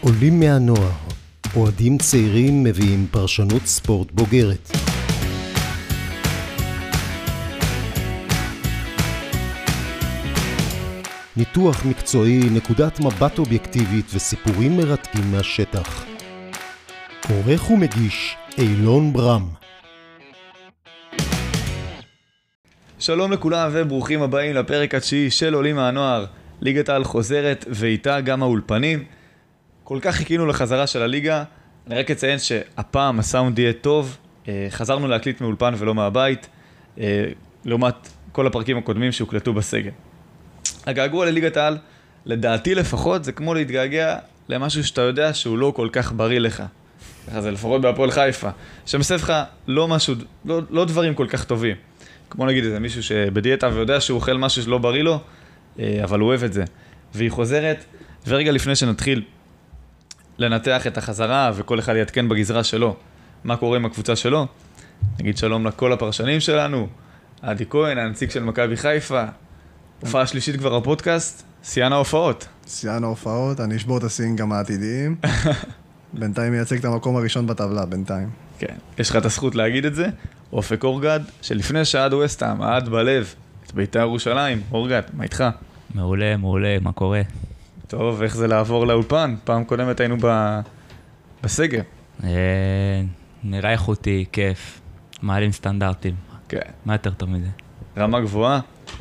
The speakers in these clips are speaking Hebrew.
עולים מהנוער, אוהדים צעירים מביאים פרשנות ספורט בוגרת. ניתוח מקצועי, נקודת מבט אובייקטיבית וסיפורים מרתקים מהשטח. עורך ומגיש אילון ברם. שלום לכולם וברוכים הבאים לפרק התשיעי של עולים מהנוער. ליגת העל חוזרת ואיתה גם האולפנים. כל כך חיכינו לחזרה של הליגה. אני רק אציין שהפעם הסאונד יהיה טוב. חזרנו להקליט מאולפן ולא מהבית, לעומת כל הפרקים הקודמים שהוקלטו בסגל. הגעגוע לליגת העל, לדעתי לפחות, זה כמו להתגעגע למשהו שאתה יודע שהוא לא כל כך בריא לך. ככה זה לפחות בהפועל חיפה, שמסב לך לא דברים כל כך טובים. כמו נגיד איזה מישהו שבדיאטה ויודע שהוא אוכל משהו שלא בריא לו, אבל הוא אוהב את זה. והיא חוזרת, ורגע לפני שנתחיל לנתח את החזרה וכל אחד יתקן בגזרה שלו, מה קורה עם הקבוצה שלו, נגיד שלום לכל הפרשנים שלנו, עדי כהן, הנציג של מכבי חיפה, הופעה שלישית כבר הפודקאסט, סיינה הופעות. סיינה הופעות, אני אשבור את הסין גם העתידיים. בינתיים מייצג את המקום הראשון בטבלה, בינתיים. כן, יש לך את הזכות להגיד את זה. אופק אורגד, שלפני שעד ווסטהאם, עד בלב, את בית"ר ירושלים. אורגד, מה איתך? מעולה, מה קורה? טוב, איך זה לעבור לאולפן? פעם קודמת היינו בסגר. נראה איכותי, כיף, מעלים סטנדרטים. כן. מה יותר טוב מזה? רמה גבוהה.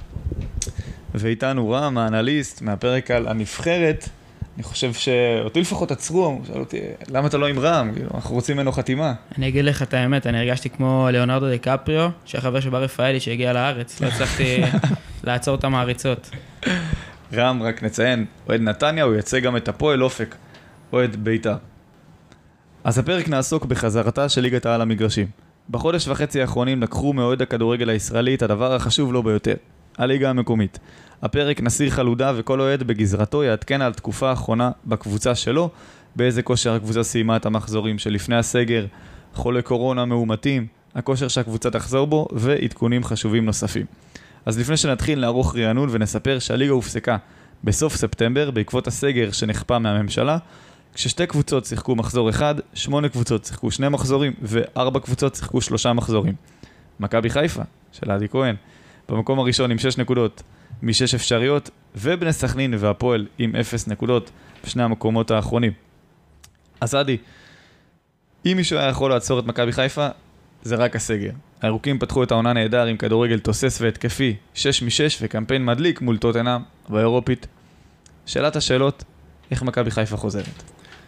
ואיתנו רם, האנליסט, מהפרק על הנבחרת. אני חושב שאותי לפחות עצרו, שאלו אותי, למה אתה לא עם רם? אנחנו רוצים ממנו חתימה. אני אגיד לך את האמת, אני הרגשתי כמו ליאונרדו דיקפריו, שהחבר של בר רפאלי שהגיע לארץ, לא הצלחתי לעצור את המעריצות. רם, רק נציין, אוהד נתניה, הוא יצא גם את הפועל אופק, אוהד בית"ר. אז הפרק נעסוק בחזרתה של ליגת העל המגרשים. בחודש וחצי האחרונים לקחו מאוהד הכדורגל הישראלי את הדבר החשוב לו ביותר, הליגה המקומית. הפרק נסיר חלודה וכל אוהד בגזרתו יעדכן על תקופה האחרונה בקבוצה שלו, באיזה כושר הקבוצה סיימה את המחזורים שלפני הסגר, חולי קורונה מאומתים, הכושר שהקבוצה תחזור בו ועדכונים חשובים נוספים. אז לפני שנתחיל נערוך רענון ונספר שהליגה הופסקה בסוף ספטמבר בעקבות הסגר שנחפה מהממשלה, כששתי קבוצות שיחקו מחזור אחד, 8 קבוצות שיחקו 2 מחזורים ו4 קבוצות שיחקו 3 מחזורים. מכבי חיפה של עדי כהן במקום הראשון עם 6 נקודות מ6 אפשריות, ובני סכנין והפועל עם 0 נקודות בשני המקומות האחרונים. אז עדי, אם מישהו היה יכול לעצור את מכבי חיפה, זה רק הסגר. הירוקים פתחו את העונה נהדר עם כדורגל תוסס והתקפי 6 מ-6 וקמפיין מדליק מול טוטנהאם באירופית. שאלת השאלות, איך מכבי חיפה חוזרת?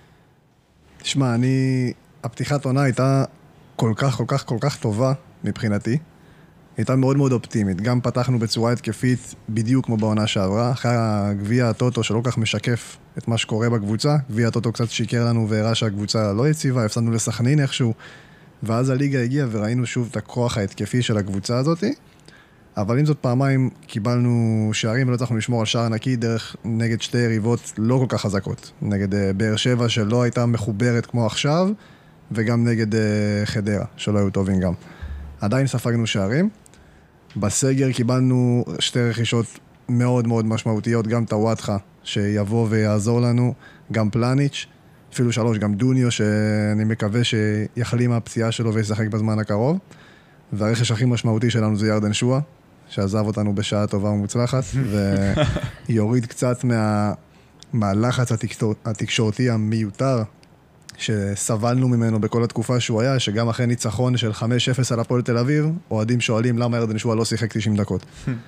תשמע, הפתיחת עונה הייתה כל כך טובה מבחינתי. הייתה מאוד מאוד אופטימית. גם פתחנו בצורה התקפית בדיוק כמו בעונה שעברה. אחרי הגביע הטוטו שלא כך משקף את מה שקורה בקבוצה. גביע הטוטו קצת שיקר לנו והראה שהקבוצה לא יציבה, הפסדנו לסכנין איכשהו. ואז הליגה הגיעה וראינו שוב את הכוח ההתקפי של הקבוצה הזאת. אבל עם זאת פעמיים קיבלנו שערים ולא צריכנו לשמור על שער נקי נגד שתי יריבות לא כל כך חזקות. נגד באר שבע שלא הייתה מחוברת כמו עכשיו, וגם נגד חדרה שלא היו טובים גם. עדיין ספגנו שערים. בסגר קיבלנו 2 רכישות מאוד מאוד משמעותיות, גם טוואטחה שיבוא ויעזור לנו, גם פלניץ', אפילו 3, גם דוניו שאני מקווה שיחלים מהפציעה שלו וישחק בזמן הקרוב. והרכש הכי משמעותי שלנו זה ירדן שואה, שעזב אותנו בשעה טובה ומוצלחת, ויוריד קצת מהלחץ התקשורתי המיותר שסבלנו ממנו בכל התקופה שהוא היה, שגם אחרי ניצחון של 5-0 על הפועל תל אביב, אוהדים שואלים למה ירדן שואה לא שיחק 90 דקות.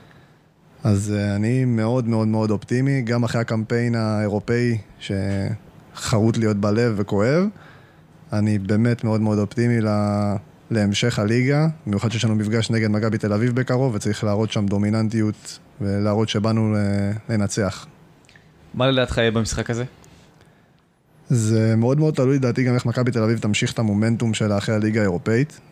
אז אני מאוד מאוד מאוד אופטימי, גם אחרי הקמפיין האירופאי שחרוט להיות בלב וכואב, אני באמת מאוד מאוד אופטימי להמשך הליגה, במיוחד שיש לנו מפגש נגד מכבי תל אביב בקרוב, וצריך להראות שם דומיננטיות ולהראות שבאנו לנצח. מה לדעתך יהיה במשחק הזה? זה מאוד מאוד תלוי לדעתי גם איך מכבי תל אביב תמשיך את המומנטום שלה אחרי הליגה האירופאית.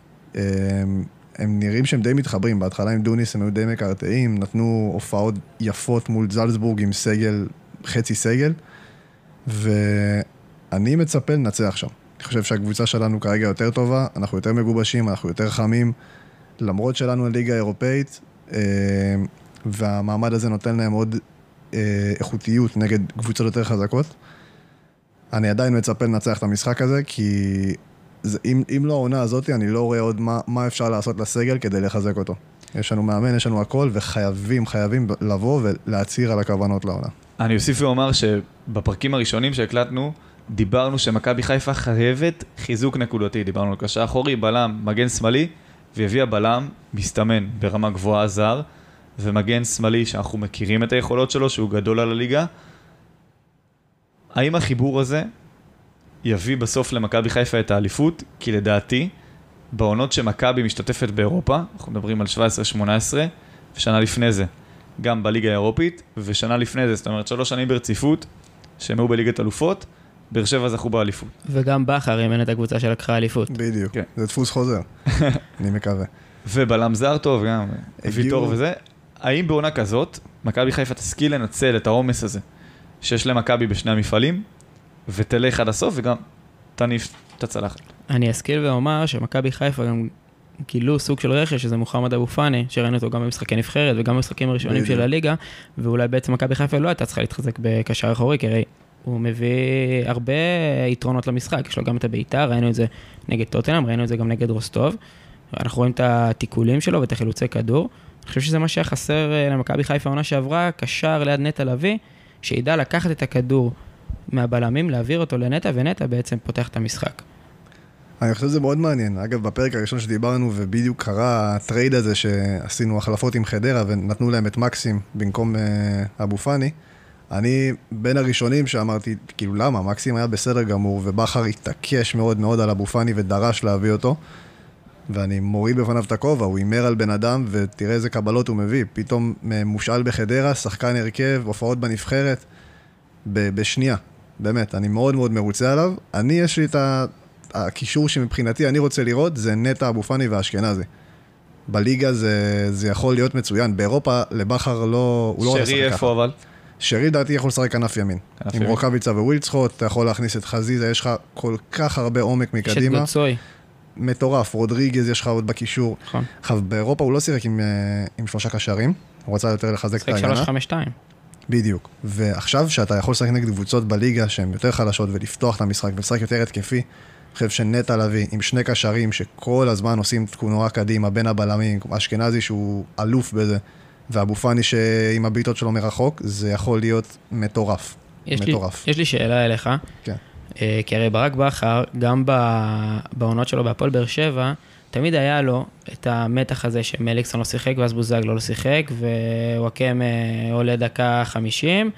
הם נראים שהם די מתחברים, בהתחלה עם דוניס הם היו די מקרטעים, נתנו הופעות יפות מול זלצבורג עם סגל, חצי סגל, ואני מצפה לנצח שם. אני חושב שהקבוצה שלנו כרגע יותר טובה, אנחנו יותר מגובשים, אנחנו יותר חמים, למרות שלנו הליגה האירופאית, והמעמד הזה נותן להם עוד איכותיות נגד קבוצות יותר חזקות. אני עדיין מצפה לנצח את המשחק הזה, כי אם לא העונה הזאת, אני לא רואה עוד מה אפשר לעשות לסגל כדי לחזק אותו. יש לנו מאמן, יש לנו הכל, וחייבים לבוא ולהצהיר על הכוונות לעונה. אני אוסיף ואומר שבפרקים הראשונים שהקלטנו, דיברנו שמכבי חיפה חייבת חיזוק נקודתי. דיברנו על קשר אחורי, בלם, מגן שמאלי, והביאה בלם מסתמן ברמה גבוהה זר, ומגן שמאלי שאנחנו מכירים את היכולות שלו, שהוא גדול על הליגה. האם החיבור הזה יביא בסוף למכבי חיפה את האליפות? כי לדעתי, בעונות שמכבי משתתפת באירופה, אנחנו מדברים על 17-18, ושנה לפני זה, גם בליגה האירופית, ושנה לפני זה, זאת אומרת 3 שנים ברציפות, שהם היו בליגת אלופות, באר שבע זכו באליפות. וגם בכר אימן את הקבוצה שלקחה אליפות. בדיוק, כן. זה דפוס חוזר, אני מקווה. ובלם זר טוב, גם ויטור וזה. האם בעונה כזאת, מכבי חיפה תשכיל לנצל את העומס הזה, שיש למכבי בשני המפעלים, ותלך עד הסוף, וגם תניף את הצלחת. אני אשכיל ואומר שמכבי חיפה גם גילו סוג של רכש, שזה מוחמד אבו פאני, שראינו אותו גם במשחקי נבחרת, וגם במשחקים הראשונים של הליגה, ואולי בעצם מכבי חיפה לא הייתה צריכה להתחזק בקשר אחורי, כי הרי הוא מביא הרבה יתרונות למשחק, יש לו גם את הביתה, ראינו את זה נגד טוטנהאם, ראינו את זה גם נגד רוסטוב, אנחנו רואים את התיקולים שלו ואת החילוצי כדור, אני חושב שזה מה שחסר למכבי חיפה העונה שעברה, קשר ליד נטע לביא, שידע לקחת את הכדור מהבלמים, להעביר אותו לנטע, ונטע בעצם פותח את המשחק. אני חושב שזה מאוד מעניין. אגב, בפרק הראשון שדיברנו, ובדיוק קרה הטרייד הזה שעשינו החלפות עם חדרה, ונתנו להם את מקסים במקום אבו פאני, אני בין הראשונים שאמרתי, כאילו למה? מקסים היה בסדר גמור, ובכר התעקש מאוד מאוד על אבו פאני ודרש להביא אותו, ואני מוריד בפניו את הכובע, הוא אימר על בן אדם, ותראה איזה קבלות הוא מביא. פתאום מושאל בחדרה, שחקן הרכב, הופעות בנבחרת, בשנייה. באמת, אני מאוד מאוד מרוצה עליו. יש לי את הקישור שמבחינתי אני רוצה לראות, זה נטע אבו פאני והאשכנזי. בליגה זה יכול להיות מצוין. באירופה לבכר הוא לא רוצה לשחק ככה. שרי איפה אבל? שרי דעתי יכול לשחק כנף ימין. עם רוקביצה ווילצחוט, אתה יכול להכניס את חזיזה, יש לך כל כך הרבה עומק מקדימה. יש את גוצוי. מטורף, רודריגז יש לך עוד בקישור. נכון. באירופה הוא לא שיחק עם 3 קשרים, הוא רצה יותר לחזק את ההגנה. 3-5-2. בדיוק. ועכשיו שאתה יכול לשחק נגד קבוצות בליגה שהן יותר חלשות ולפתוח את המשחק ולשחק יותר התקפי, אני חושב שנטע לביא עם 2 קשרים שכל הזמן עושים תנועה קדימה בין הבלמים, אשכנזי שהוא אלוף בזה, ואבו פאני שעם הביטות שלו מרחוק, זה יכול להיות מטורף. מטורף. יש לי שאלה אליך. כן. כי הרי ברק בכר, גם בעונות שלו בהפועל באר שבע, תמיד היה לו את המתח הזה שמליקסון לא שיחק, ואז בוזגלו לא שיחק, ווואקם עולה דקה 50,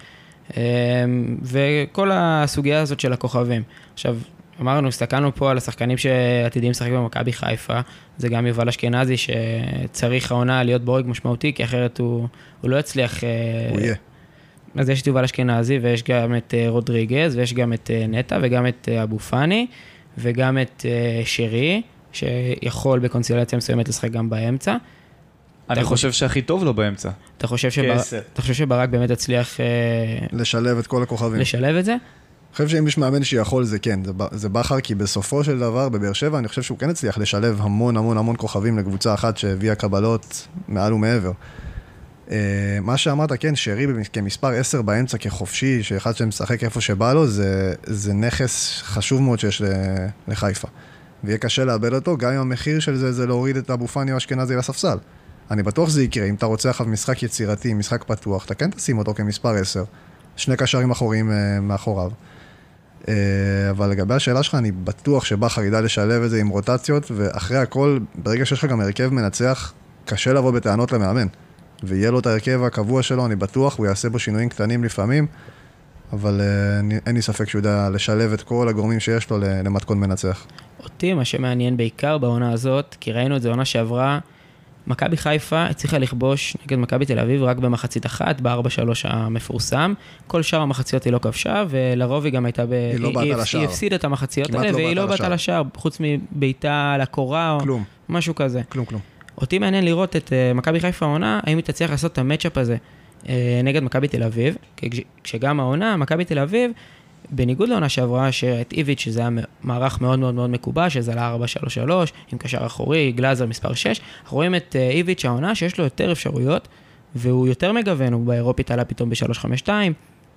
וכל הסוגיה הזאת של הכוכבים. עכשיו, אמרנו, הסתכלנו פה על השחקנים שעתידים לשחק במכבי חיפה, זה גם יובל אשכנזי שצריך העונה להיות בורג משמעותי, כי אחרת הוא לא יצליח... הוא יהיה. אז יש את יובל אשכנזי, ויש גם את רודריגז, ויש גם את נטע, וגם את אבו פאני, וגם את שרי, שיכול בקונסטלציה מסוימת לשחק גם באמצע. אני חושב שהכי טוב לו באמצע. אתה חושב שברק באמת הצליח... לשלב את כל הכוכבים. לשלב את זה? אני חושב שאם יש מאמן שיכול זה כן, זה בכר, כי בסופו של דבר בבאר שבע אני חושב שהוא כן הצליח לשלב המון המון המון כוכבים לקבוצה אחת שהביאה קבלות מעל ומעבר. מה שאמרת, כן, שרי כמספר 10 באמצע כחופשי, שאחד שמשחק איפה שבא לו, זה נכס חשוב מאוד שיש לחיפה. ויהיה קשה לאבד אותו, גם אם המחיר של זה להוריד את אבו פאני או אשכנזי לספסל. אני בטוח שזה יקרה, אם אתה רוצה אחר משחק יצירתי, משחק פתוח, אתה כן תשים אותו כמספר 10, 2 קשרים אחוריים מאחוריו. אבל לגבי השאלה שלך, אני בטוח שבכר ידע לשלב את זה עם רוטציות, ואחרי הכל, ברגע שיש לך גם הרכב מנצח, קשה לבוא בטענות למאמן. ויהיה לו את הרכב הקבוע שלו, אני בטוח, הוא יעשה בו שינויים קטנים לפעמים, אבל אין לי ספק שהוא יודע לשלב את כל הגורמים שיש לו למתכון מנצח. אותי, מה שמעניין בעיקר בעונה הזאת, כי ראינו את זה עונה שעברה, מכבי חיפה הצליחה לכבוש נגד מכבי תל אביב רק במחצית אחת, ב-4-3 המפורסם. כל שאר המחציות היא לא כבשה, ולרוב היא גם הייתה היא הפסידה את המחציות האלה, והיא לא באת על השאר, חוץ מביתה לקורה או משהו כזה. כלום. אותי מעניין לראות את מכבי חיפה העונה, האם היא תצליח לעשות את המאצ'אפ הזה נגד מכבי תל אביב, כשגם העונה, מכבי תל אביב, בניגוד לעונה שעברה, שאת איביץ' שזה היה מערך מאוד מאוד מאוד מקובע, שזה עלה 4-3-3, עם קשר אחורי, גלאזר מספר 6, אנחנו רואים את איביץ' העונה שיש לו יותר אפשרויות, והוא יותר מגוון, הוא באירופית עלה פתאום ב-3-5-2,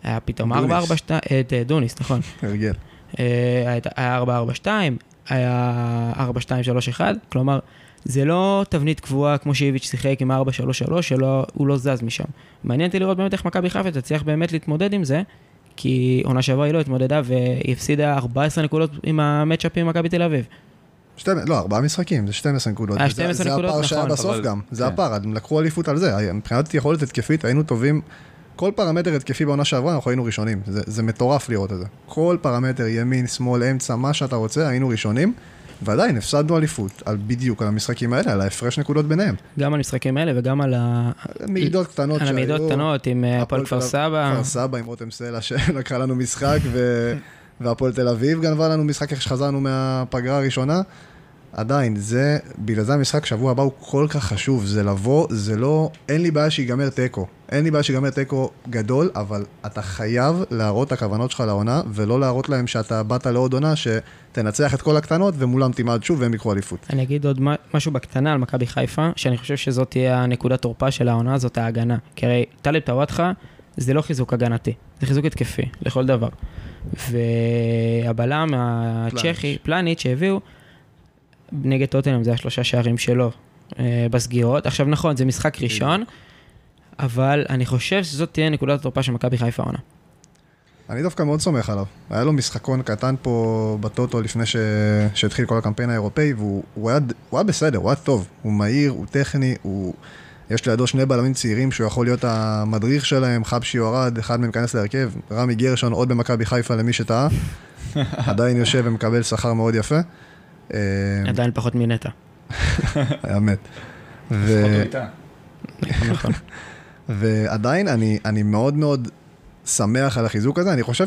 היה פתאום 4-4-2, את דוניס, נכון. הרגל. היה 4-4-2, היה 4-2-3-1, כלומר, זה לא תבנית קבועה כמו שאיביץ' שיחק עם 4-3-3, הוא לא זז משם. מעניין אותי לראות באמת איך מכבי חיפה תצליח באמת להתמודד עם זה, כי עונה שעברה היא לא התמודדה והיא הפסידה 14 נקודות עם המאצ'אפ עם מכבי תל אביב. לא, 4 משחקים, זה 12 נקודות. 12 נקודות, נכון. זה הפער שהיה בסוף גם, זה הפער, הם לקחו אליפות על זה. מבחינת יכולת התקפית, היינו טובים, כל פרמטר התקפי בעונה שעברה, אנחנו היינו ראשונים. זה מטורף לראות את זה. כל פרמטר, ימין, שמאל, אמצע, מה שאתה רוצה, היינו ראשונים, ועדיין הפסדנו אליפות בדיוק על המשחקים האלה, על ההפרש נקודות ביניהם. גם על המשחקים האלה וגם על מעידות קטנות על המעידות קטנות עם הפועל כפר סבא. כפר סבא עם רותם סלע שלקחה לנו משחק, והפועל תל אביב גנבה לנו משחק איך שחזרנו מהפגרה הראשונה. עדיין, בגלל זה המשחק שבוע הבא הוא כל כך חשוב, זה לבוא, זה לא, אין לי בעיה שיגמר טקו, אין לי בעיה שיגמר טקו גדול, אבל אתה חייב להראות את הכוונות שלך לעונה, ולא להראות להם שאתה באת לעוד עונה, שתנצח את כל הקטנות, ומולם תימד שוב והם יקחו אליפות. אני אגיד עוד משהו בקטנה על מכבי חיפה, שאני חושב שזאת תהיה הנקודת תורפה של העונה, זאת ההגנה. כי הרי טלב טוואטחה, זה לא חיזוק הגנתי, זה חיזוק התקפי, לכל דבר. והבלם הצ'כי, פלניץ' שהביאו, נגד טוטנהאם זה השלושה שערים שלו בסגירות. עכשיו נכון, זה משחק ראשון, אבל אני חושב שזאת תהיה נקודת התורפה של מכבי חיפה עונה. אני דווקא מאוד סומך עליו. היה לו משחקון קטן פה בטוטו לפני שהתחיל כל הקמפיין האירופאי, והוא היה בסדר, הוא היה טוב. הוא מהיר, הוא טכני, יש לידו 2 בלמים צעירים שהוא יכול להיות המדריך שלהם, חבשי יורד, אחד מהם כנס להרכב, רמי גרשון עוד במכבי חיפה למי שטעה, עדיין יושב ומקבל שכר מאוד יפה. עדיין פחות מנטה. האמת. נכון. ועדיין אני מאוד מאוד שמח על החיזוק הזה. אני חושב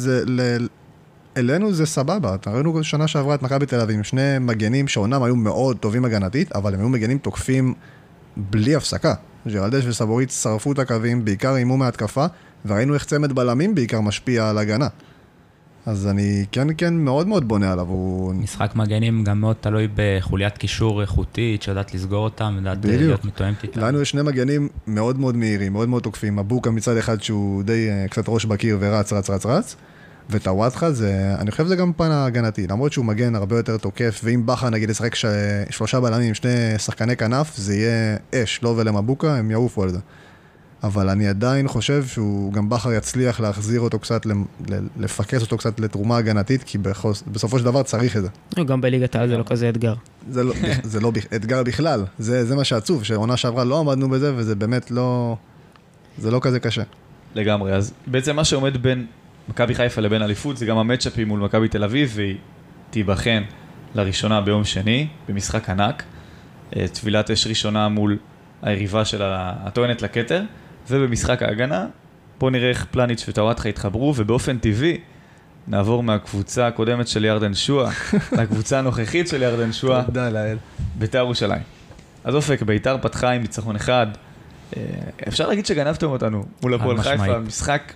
אלינו זה סבבה. ראינו שנה שעברה את מכבי תל אביב עם 2 מגנים שעונם היו מאוד טובים הגנתית, אבל הם היו מגנים תוקפים בלי הפסקה. ג'רלדש וסבורית שרפו את הקווים, בעיקר אימו מההתקפה, וראינו איך צמד בלמים בעיקר משפיע על הגנה. אז אני כן מאוד מאוד בונה עליו. משחק מגנים גם מאוד תלוי בחוליית קישור איכותית, שיודעת לסגור אותם, יודעת להיות מתואמת איתם. לנו יש 2 מגנים מאוד מאוד מהירים, מאוד מאוד תוקפים. מבוקה מצד אחד שהוא די קצת ראש בקיר ורץ, וטוואטחה אני חושב שזה גם פן ההגנתי, למרות שהוא מגן הרבה יותר תוקף, ואם בכר נגיד ישחק 3 בלמים, 2 שחקני כנף, זה יהיה אש, לא ולמבוקה, הם יעופו על זה. אבל אני עדיין חושב שהוא גם בכר יצליח להחזיר אותו קצת, לפקס אותו קצת לתרומה הגנתית, כי בסופו של דבר צריך את זה. גם בליגת העל זה לא כזה אתגר. זה לא אתגר בכלל, זה מה שעצוב, שעונה שעברה לא עמדנו בזה, וזה באמת לא, זה לא כזה קשה. לגמרי, אז בעצם מה שעומד בין מכבי חיפה לבין אליפות, זה גם המאצ'אפים מול מכבי תל אביב, והיא תיבחן לראשונה ביום שני, במשחק ענק, תפילת אש ראשונה מול היריבה של הטוענת לכתר, ובמשחק ההגנה, בואו נראה איך פלניץ' וטוואטחה התחברו, ובאופן טבעי נעבור מהקבוצה הקודמת של ירדן שועה, לקבוצה הנוכחית של ירדן שועה, בית"ר ירושלים. אז אופק, בית"ר פתחה עם ניצחון אחד, אפשר להגיד שגנבתם אותנו מול הפועל חיפה, משחק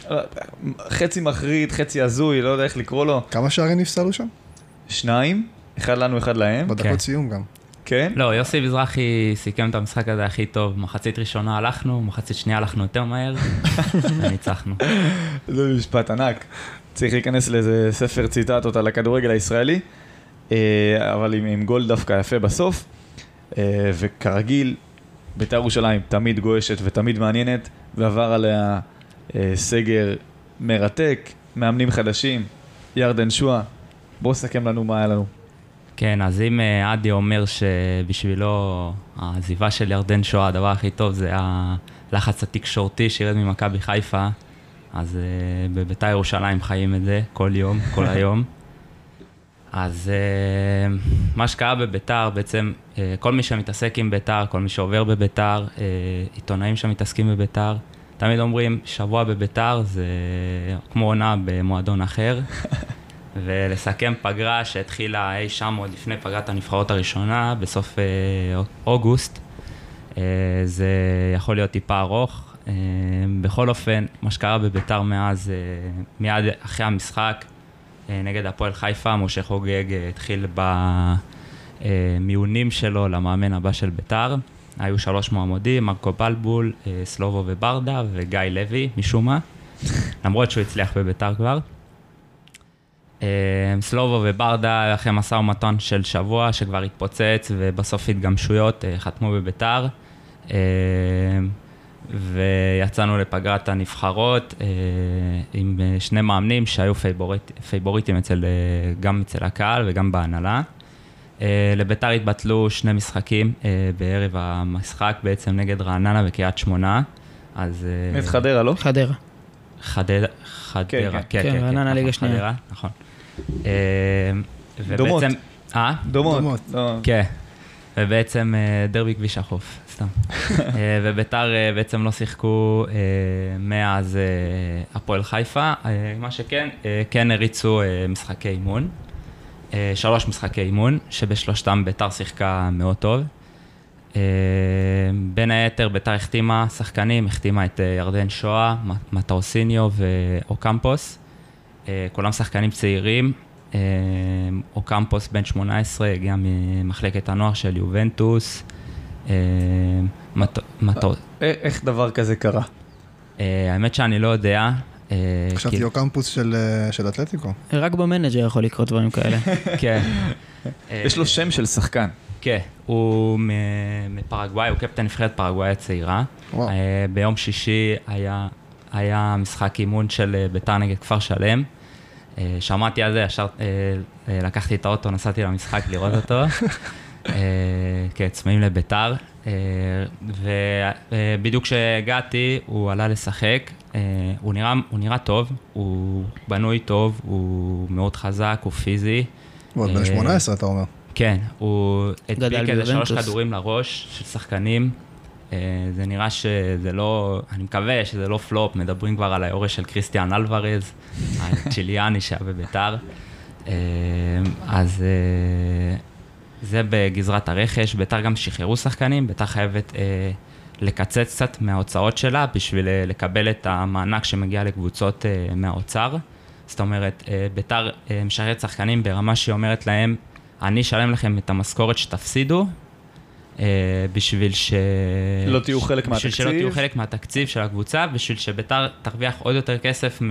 חצי מחריד, חצי הזוי, לא יודע איך לקרוא לו. כמה שערים נפסלו שם? 2, אחד לנו, אחד להם. בדקות סיום גם. כן? לא, יוסי מזרחי סיכם את המשחק הזה הכי טוב. מחצית ראשונה הלכנו, מחצית שנייה הלכנו יותר מהר, וניצחנו. זה משפט ענק. צריך להיכנס לאיזה ספר ציטטות על הכדורגל הישראלי, אבל עם גול דווקא יפה בסוף. וכרגיל, בית"ר ירושלים תמיד גועשת ותמיד מעניינת, ועבר עליה סגר מרתק, מאמנים חדשים, ירדן שועה. בואו סכם לנו מה היה לנו. כן, אז אם עדי אומר שבשבילו העזיבה של ירדן שועה, הדבר הכי טוב זה הלחץ התקשורתי שירד ממכבי חיפה, אז בבית"ר ירושלים חיים את זה כל יום, כל היום. אז מה שקרה בבית"ר, בעצם כל מי שמתעסק עם בית"ר, כל מי שעובר בבית"ר, עיתונאים שמתעסקים בבית"ר, תמיד אומרים שבוע בבית"ר זה כמו עונה במועדון אחר. ולסכם פגרה שהתחילה אי שם עוד לפני פגרת הנבחרות הראשונה, בסוף אוגוסט. זה יכול להיות טיפה ארוך. בכל אופן, מה שקרה בבית"ר מאז, מיד אחרי המשחק, נגד הפועל חיפה, משה חוגג התחיל במיונים שלו למאמן הבא של בית"ר. היו 3 מועמדים, מרקו בלבול, סלובו וברדה וגיא לוי, משום מה. למרות שהוא הצליח בביתר כבר. סלובו וברדה, אחרי מסע ומתן של שבוע, שכבר התפוצץ, ובסוף התגמשויות, חתמו בביתר. ויצאנו לפגרת הנבחרות עם שני מאמנים שהיו פייבוריטים גם אצל הקהל וגם בהנהלה. לביתר התבטלו 2 משחקים בערב המשחק, בעצם נגד רעננה וקריית שמונה. את חדרה, לא? חדרה. חדרה, כן, רעננה ליגה שנייה. נכון. דומות. דומות. כן. ובעצם דרבי כביש החוף, סתם. וביתר בעצם לא שיחקו מאז הפועל חיפה, מה שכן, כן הריצו משחקי אימון, 3 משחקי אימון, שבשלושתם ביתר שיחקה מאוד טוב. בין היתר ביתר החתימה שחקנים, החתימה את ירדן שואה, מטאוסיניו ואוקמפוס, כולם שחקנים צעירים. אוקמפוס בן 18, הגיע ממחלקת הנוער של יובנטוס. איך דבר כזה קרה? האמת שאני לא יודע. חשבתי אוקמפוס של אתלטיקו. רק במנג'ר יכול לקרות דברים כאלה. כן. יש לו שם של שחקן. כן, הוא מפרגוואי, הוא קפטן נבחרת פרגוואי הצעירה. ביום שישי היה משחק אימון של ביתר נגד כפר שלם. שמעתי על זה, ישר לקחתי את האוטו, נסעתי למשחק לראות אותו. כן, צמאים לביתר. ובדיוק כשהגעתי, הוא עלה לשחק. הוא נראה טוב, הוא בנוי טוב, הוא מאוד חזק, הוא פיזי. הוא עוד בן 18, אתה אומר. כן, הוא הדביק איזה 3 כדורים לראש של שחקנים. זה נראה שזה לא, אני מקווה שזה לא פלופ, מדברים כבר על היורש של קריסטיאן אלוורז, הצ'יליאני שהיה בביתר. אז זה בגזרת הרכש, ביתר גם שחררו שחקנים, ביתר חייבת לקצץ קצת מההוצאות שלה, בשביל לקבל את המענק שמגיע לקבוצות מהאוצר. זאת אומרת, ביתר משחררת שחקנים ברמה שהיא אומרת להם, אני אשלם לכם את המשכורת שתפסידו, בשביל לא תהיו חלק מהתקציב. בשביל שלא תהיו חלק מהתקציב של הקבוצה, בשביל שביתר תרוויח עוד יותר כסף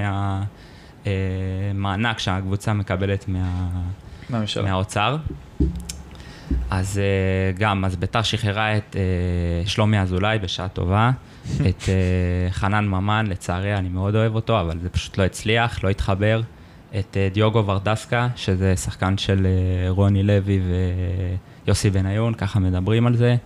מהמענק שהקבוצה מקבלת מהאוצר. אז גם, אז ביתר שחררה את שלומי אזולאי בשעה טובה, את חנן ממן, לצערי אני מאוד אוהב אותו, אבל זה פשוט לא הצליח, לא התחבר, את דיוגו ורדסקה, שזה שחקן של רוני לוי יוסי בניון, ככה מדברים על זה,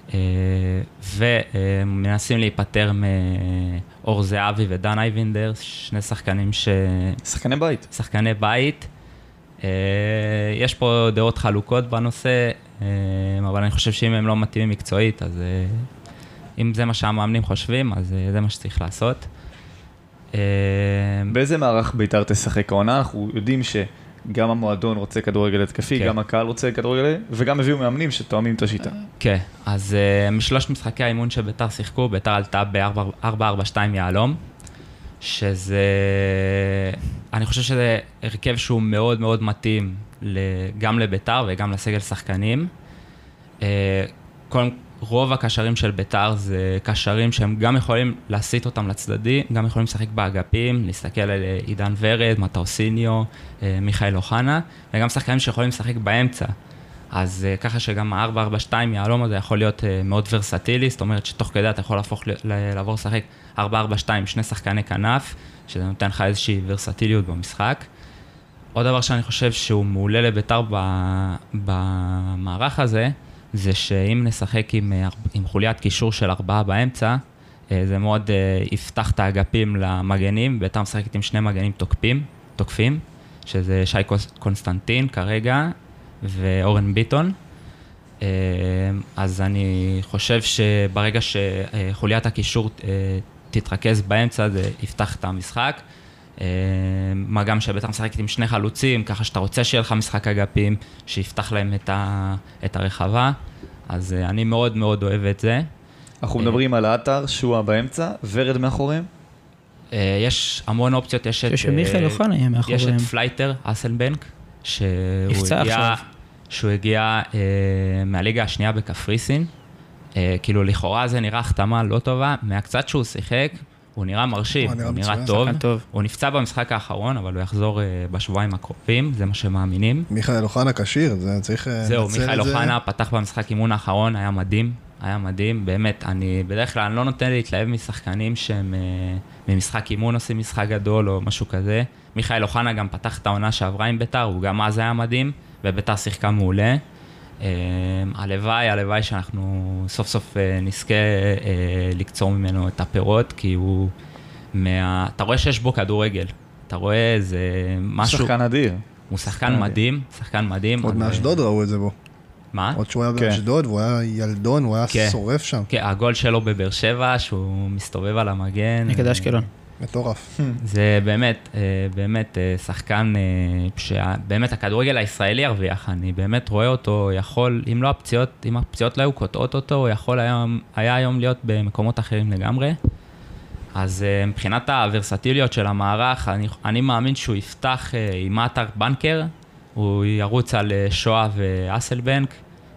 ומנסים להיפטר מאור זהבי ודן אייבינדר, 2 שחקנים שחקני בית. שחקני בית. יש פה דעות חלוקות בנושא, אבל אני חושב שאם הם לא מתאימים מקצועית, אז אם זה מה שהמאמנים חושבים, אז זה מה שצריך לעשות. באיזה מערך ביתר תשחק העונה? אנחנו יודעים גם המועדון רוצה כדורגל התקפי, גם הקהל רוצה כדורגל, וגם הביאו מאמנים שתואמים את השיטה. כן, אז משלושת משחקי האימון שביתר שיחקו, ביתר עלתה ב-4-4-2 יהלום, שזה, אני חושב שזה הרכב שהוא מאוד מאוד מתאים גם לביתר וגם לסגל שחקנים. רוב הקשרים של ביתר זה קשרים שהם גם יכולים להסיט אותם לצדדי, גם יכולים לשחק באגפים, להסתכל על עידן ורד, מטאוסיניו, מיכאל אוחנה, וגם שחקנים שיכולים לשחק באמצע. אז ככה שגם ה-4-4-2 יהלום הזה יכול להיות מאוד ורסטילי, זאת אומרת שתוך כדי אתה יכול לעבור לשחק 4-4-2, 2 שחקני כנף, שזה נותן לך איזושהי ורסטיליות במשחק. עוד דבר שאני חושב שהוא מעולה לביתר במערך הזה, זה שאם נשחק עם חוליית קישור של 4 באמצע, זה מאוד יפתח את האגפים למגנים, ביתר משחקת עם 2 מגנים תוקפים, שזה שי קונסטנטין כרגע, ואורן ביטון. אז אני חושב שברגע שחוליית הקישור תתרכז באמצע, זה יפתח את המשחק. מה גם שביתר משחקת עם 2 חלוצים, ככה שאתה רוצה שיהיה לך משחק אגפים, שיפתח להם את הרחבה. אז אני מאוד מאוד אוהב את זה. אנחנו מדברים על האתר, שואה באמצע, ורד מאחוריהם? יש המון אופציות, יש את... שמיכאל אוחנה יהיה מאחוריהם. יש את פלייטר, אסלבנק, שהוא הגיע מהליגה השנייה בקפריסין. כאילו לכאורה זה נראה החתמה לא טובה, מהקצת שהוא שיחק, הוא נראה מרשים, הוא נראה טוב. הוא נפצע במשחק האחרון, אבל הוא יחזור בשבועיים הקרובים, זה מה שמאמינים. מיכאל אוחנה כשיר, זה צריך לנצל את זה. זהו, מיכאל אוחנה פתח במשחק אימון האחרון, היה מדהים, באמת, בדרך כלל אני לא נותן להתלהב משחקנים שהם ממשחק אימון עושים משחק גדול או משהו כזה. מיכאל אוחנה גם פתח את העונה שעברה עם ביתר, הוא גם אז היה מדהים, וביתר שיחקה מעולה. הלוואי שאנחנו סוף סוף נזכה לקצור ממנו את הפירות, כי הוא אתה רואה שיש בו כדורגל, אתה רואה איזה משהו... שחקן אדיר. הוא שחקן מדהים. עוד מאשדוד ראו את זה בו. מה? עוד שהוא היה באשדוד, והוא היה ילדון, הוא היה שורף שם. כן, הגול שלו בבאר שבע, שהוא מסתובב על המגן. נגד אשקלון. מטורף. זה באמת שחקן שבאמת הכדורגל הישראלי הרוויח, אני באמת רואה אותו יכול, אם הפציעות לא היו קוטעות אותו, הוא יכול היה היום להיות במקומות אחרים לגמרי. אז מבחינת הוורסטיליות של המערך, אני מאמין שהוא יפתח עם אתר בנקר, הוא ירוץ על שואה ואסלבנק,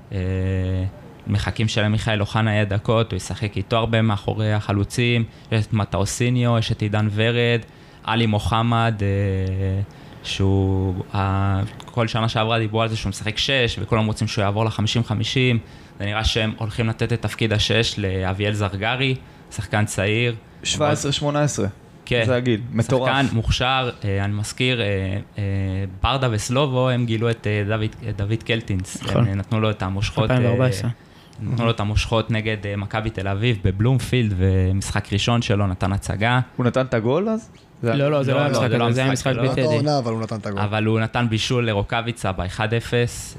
מחכים שלמיכאל אוחנה יהיה דקות, הוא ישחק איתו הרבה מאחורי החלוצים, יש את מטאוסיניו, יש את עידן ורד, עלי מוחמד, שהוא, כל שנה שעברה דיברו על זה שהוא משחק 6, וכולם רוצים שהוא יעבור ל-50-50, זה נראה שהם הולכים לתת את תפקיד ה-6 לאביאל זרגרי, שחקן צעיר. 17-18. כן, זה הגיל, מטורף. שחקן מוכשר, אני מזכיר, ברדה וסלובו, הם גילו את דוד קלטינס, הם נתנו לו את המושכות, 2014. נתנו לו את המושכות נגד מכבי תל אביב בבלומפילד, ומשחק ראשון שלו נתן הצגה. הוא נתן את הגול אז? לא, זה לא היה משחק, זה היה משחק בטדי. לא העונה, אבל הוא נתן את הגול. אבל הוא נתן בישול לרוקביצה ב-1-0,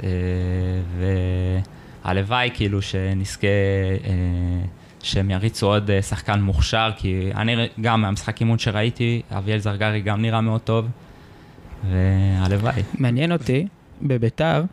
והלוואי כאילו שנזכה... שהם יריצו עוד שחקן מוכשר, כי אני גם מהמשחק אימון שראיתי, אביאל זרגרי גם נראה מאוד טוב, והלוואי. מעניין אותי, בביתר,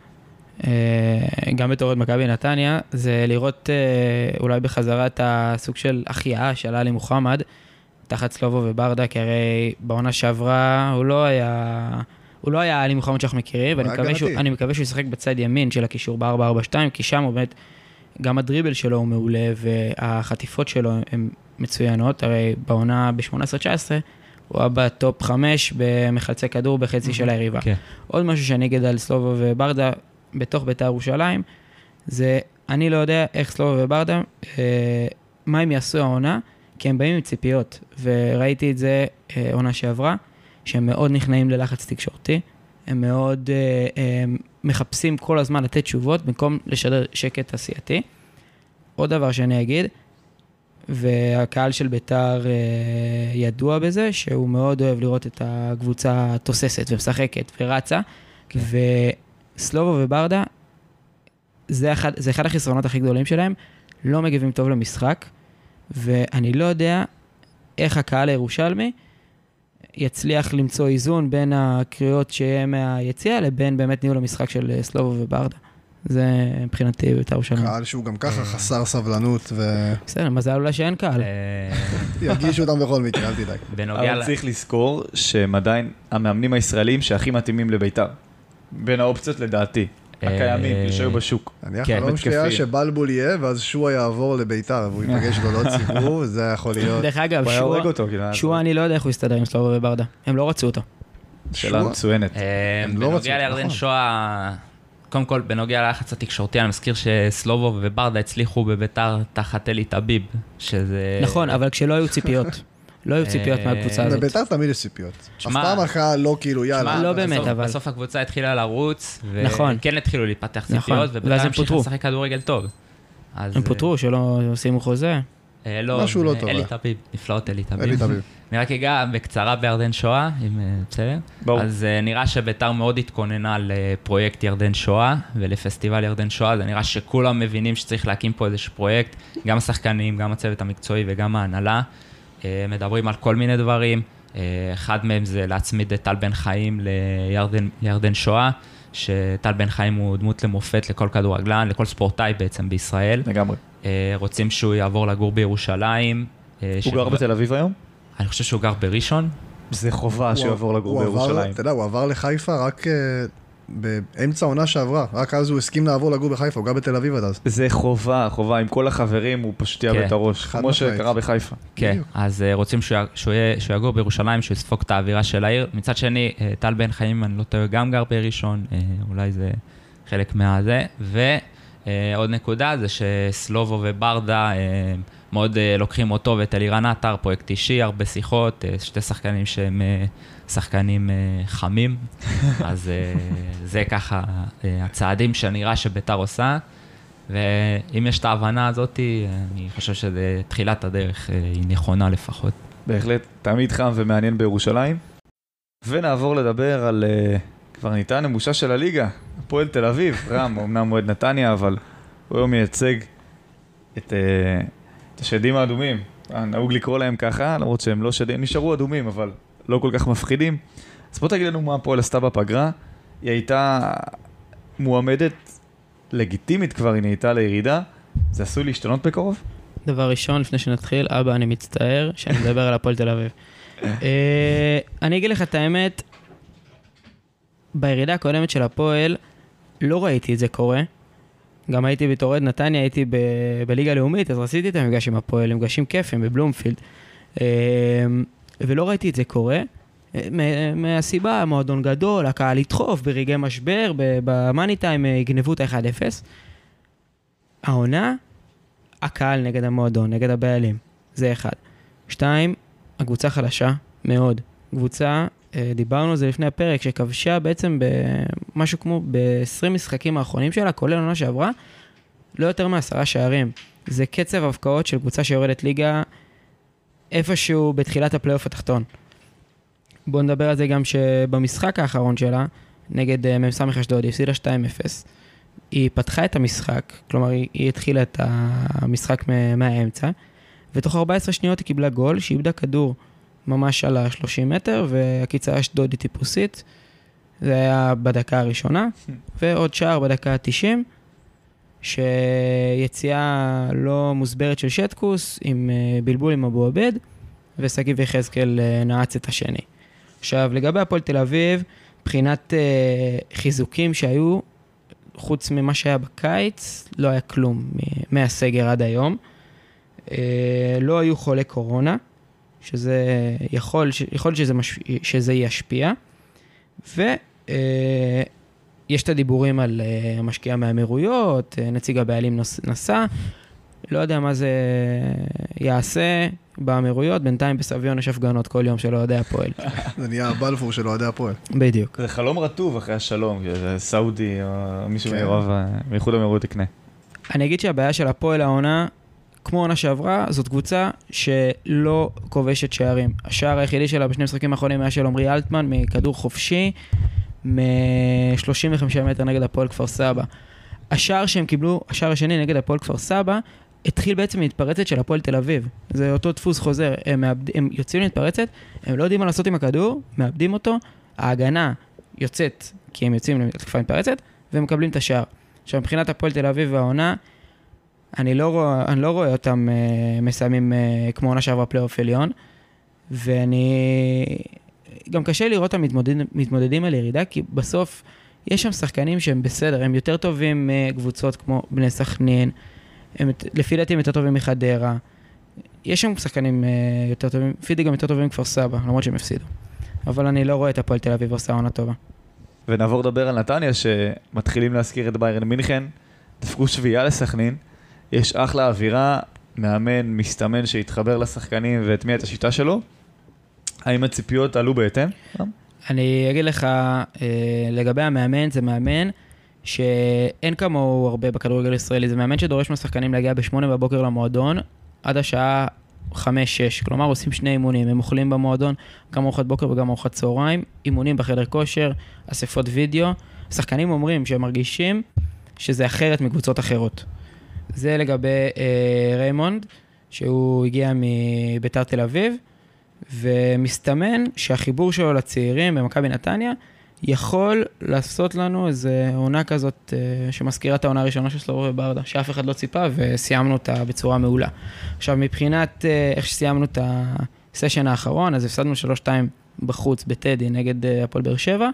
גם בתור עוד מכבי נתניה, זה לראות אולי בחזרה את הסוג של החייאה של עלי מוחמד, תחת סלובו וברדה, כי הרי בעונה שעברה הוא לא היה עלי מוחמד שאנחנו מכירים, ואני מקווה שהוא ישחק בצד ימין של הקישור ב-4-4-2, כי שם הוא באמת... גם הדריבל שלו הוא מעולה, והחטיפות שלו הן מצוינות, הרי בעונה ב-18-19, הוא היה בטופ 5 במחלצי כדור בחצי של היריבה. עוד משהו שאני אגיד על סלובו וברדה, בתוך בית"ר ירושלים, זה, אני לא יודע איך סלובו וברדה, מה הם יעשו העונה, כי הם באים עם ציפיות, וראיתי את זה עונה שעברה, שהם מאוד נכנעים ללחץ תקשורתי, הם מאוד מחפשים כל הזמן לתת תשובות, במקום לשדר שקט עשייתי. עוד דבר שאני אגיד, והקהל של בית"ר ידוע בזה, שהוא מאוד אוהב לראות את הקבוצה תוססת ומשחקת ורצה, וסלובו וברדה, זה אחד החסרונות הכי גדולים שלהם, לא מגיבים טוב למשחק, ואני לא יודע איך הקהל הירושלמי, יצליח למצוא איזון בין הקריאות שיהיה מהיציאה, לבין באמת ניהול המשחק של סלובו וברדה. זה מבחינתי בית"ר ירושלים. קהל שהוא גם ככה חסר סבלנות ו... בסדר, מזל אולי שאין קהל. ירגישו אותם בכל מקרה, אל תדאג. אבל צריך לזכור שהם עדיין המאמנים הישראלים שהכי מתאימים לבית"ר. בין האופציות לדעתי. הקיימים, שהיו בשוק. אני החלום שלי היה שבלבול יהיה, ואז שועה יעבור לביתר, והוא ייפגש לו לא ציבור, וזה יכול להיות... דרך אגב, שועה אני לא יודע איך הוא יסתדר עם סלובו וברדה. הם לא רצו אותו. שאלה מצוינת. בנוגע לירדן שועה, קודם כל, בנוגע ללחץ התקשורתי, אני מזכיר שסלובו וברדה הצליחו בביתר תחת אלי טביב, שזה... נכון, אבל כשלא היו ציפיות. לא היו ציפיות מהקבוצה הזאת. בביתר תמיד יש ציפיות. אף פעם אחת לא כאילו יאללה. לא באמת, אבל... בסוף הקבוצה התחילה לרוץ, נכון. וכן התחילו להתפתח ציפיות, וביתר המשיכה לשחק כדורגל טוב. הם פוטרו, שלא שימו חוזה. משהו לא טוב. אלי טביב, נפלאות אלי טביב. אני רק אגע בקצרה בירדן שואה, אם בסדר. אז נראה שביתר מאוד התכוננה לפרויקט ירדן שואה, ולפסטיבל ירדן שואה, זה נראה שכולם מבינים שצריך להקים פה איזשהו פרויקט, גם השחקנים, גם הצוות המקצועי וגם ההנהלה. מדברים על כל מיני דברים, אחד מהם זה להצמיד את טל בן חיים לירדן שואה, שטל בן חיים הוא דמות למופת לכל כדורגלן, לכל ספורטאי בעצם בישראל. לגמרי. רוצים שהוא יעבור לגור בירושלים. הוא גר בתל אביב היום? אני חושב שהוא גר בראשון. זה חובה שהוא יעבור לגור בירושלים. אתה יודע, הוא עבר לחיפה רק באמצע העונה שעברה, רק אז הוא הסכים לעבור לגור בחיפה, הוא גר בתל אביב עד אז. זה חובה, עם כל החברים הוא פשוט יאבד את הראש, חד כמו משמעית. שקרה בחיפה. כן, אז רוצים שהוא יגור בירושלים, שהוא יספוג את האווירה של העיר. מצד שני, טל בן חיים, אני לא טועה, גם גר בראשון, אולי זה חלק מהזה. ועוד נקודה זה שסלובו וברדה מאוד לוקחים אותו ואת אלירן עטר, פרויקט אישי, הרבה שיחות, שתי שחקנים שהם שחקנים חמים, אז זה ככה הצעדים שנראה שביתר עושה, ואם יש את ההבנה הזאת, אני חושב שזה תחילת הדרך, היא נכונה לפחות. בהחלט, תמיד חם ומעניין בירושלים. ונעבור לדבר על כבר ניתן נמושה של הליגה, הפועל תל אביב, רם, אמנם מועד נתניה, אבל הוא היום מייצג את השדים האדומים. נהוג לקרוא להם ככה, למרות שהם לא שדים, נשארו אדומים, אבל לא כל כך מפחידים. אז בוא תגיד לנו מה הפועל עשתה בפגרה. היא הייתה מועמדת לגיטימית כבר, היא נהייתה לירידה. זה עשוי להשתנות בקרוב? דבר ראשון, לפני שנתחיל, אבא, אני מצטער שאני מדבר על הפועל תל אביב. אני אגיד לך את האמת, בירידה הקודמת של הפועל, לא ראיתי את זה קורה. גם הייתי בתור אוהד נתניה, הייתי בליגה לאומית, אז רציתי את המפגש עם הפועל, מפגשים כיפים בבלומפילד. ולא ראיתי את זה קורה. מהסיבה, מועדון גדול, הקהל לדחוף ברגעי משבר, במאני טיים יגנבו את ה-1-0. העונה, הקהל נגד המועדון, נגד הבעלים. זה אחד. 2, הקבוצה חלשה מאוד. קבוצה, דיברנו על זה לפני הפרק, שכבשה בעצם במשהו כמו ב-20 משחקים האחרונים שלה, כולל עונה שעברה, לא יותר מ10 שערים. זה קצב הבקעות של קבוצה שיורדת ליגה איפשהו בתחילת הפלייאוף התחתון. בואו נדבר על זה גם שבמשחק האחרון שלה, נגד מ"ס אשדוד, היא הפסידה 2-0. היא פתחה את המשחק, כלומר היא התחילה את המשחק מהאמצע, ותוך 14 שניות היא קיבלה גול, שאיבדה כדור ממש על ה-30 מטר, והקיצה אשדוד היא טיפוסית. זה היה בדקה הראשונה, ועוד שער בדקה ה-90, שיציאה לא מוסברת של שטקוס, עם בלבול עם אבו עבד, וסגיב יחזקאל נעץ את השני. עכשיו, לגבי הפועל תל אביב, מבחינת חיזוקים שהיו, חוץ ממה שהיה בקיץ, לא היה כלום מהסגר עד היום. לא היו חולי קורונה, שזה יכול שזה ישפיע, ויש את הדיבורים על המשקיע מהאמירויות, נציג הבעלים נסע, לא יודע מה זה יעשה באמירויות, בינתיים בסביון יש הפגנות כל יום של אוהדי הפועל. זה נהיה הבלפור של אוהדי הפועל. בדיוק. זה חלום רטוב אחרי השלום, סעודי או מישהו מאיחוד האמירויות יקנה. אני אגיד שהבעיה של הפועל העונה, כמו עונה שעברה, זאת קבוצה שלא כובשת שערים. השער היחידי שלה בשני משחקים האחרונים היה של עמרי אלטמן, מכדור חופשי, מ-35 מטר נגד הפועל כפר סבא. השער שהם קיבלו, השער השני נגד הפועל כפר סבא, התחיל בעצם להתפרצת של הפועל תל אביב. זה אותו דפוס חוזר. הם יוצאים להתפרצת, הם לא יודעים מה לעשות עם הכדור, מאבדים אותו, ההגנה יוצאת, כי הם יוצאים לתקפה מתפרצת, והם מקבלים את השער. עכשיו, מבחינת הפועל תל אביב והעונה, אני לא רואה אותם מסיימים כמו עונה שעברה פלייאוף עליון, ואני גם קשה לראות אותם מתמודדים על ירידה, כי בסוף יש שם שחקנים שהם בסדר, הם יותר טובים מקבוצות כמו בני סכנין, לפי דעתי הם יותר טובים מחדרה, יש שם שחקנים יותר טובים, לפי דעתי גם יותר טובים מכפר סבא, למרות שהם הפסידו. אבל אני לא רואה את הפועל תל אביב עושה עונה טובה. ונעבור לדבר על נתניה, שמתחילים להזכיר את ביירן מינכן, דפקו שביעה לסכנין, יש אחלה אווירה, מאמן, מסתמן שהתחבר לשחקנים והטמיע את השיטה שלו. האם הציפיות עלו בהתאם? אני אגיד לך, לגבי המאמן, זה מאמן שאין כמוהו הרבה בכדורגל ישראלי, זה מאמן שדורש מהשחקנים להגיע ב8 בבוקר למועדון, עד השעה 5-6, כלומר עושים 2 אימונים, הם אוכלים במועדון, גם ארוחת בוקר וגם ארוחת צהריים, אימונים בחדר כושר, אספות וידאו, השחקנים אומרים שהם מרגישים שזה אחרת מקבוצות אחרות. זה לגבי ריימונד, שהוא הגיע מביתר תל אביב, ומסתמן שהחיבור שלו לצעירים במכבי נתניה, יכול לעשות לנו איזו עונה כזאת שמזכירה את העונה הראשונה של סלובו וברדה, שאף אחד לא ציפה, וסיימנו אותה בצורה מעולה. עכשיו, מבחינת איך שסיימנו את הסשן האחרון, אז הפסדנו 3-2 בחוץ בטדי נגד הפועל באר שבע,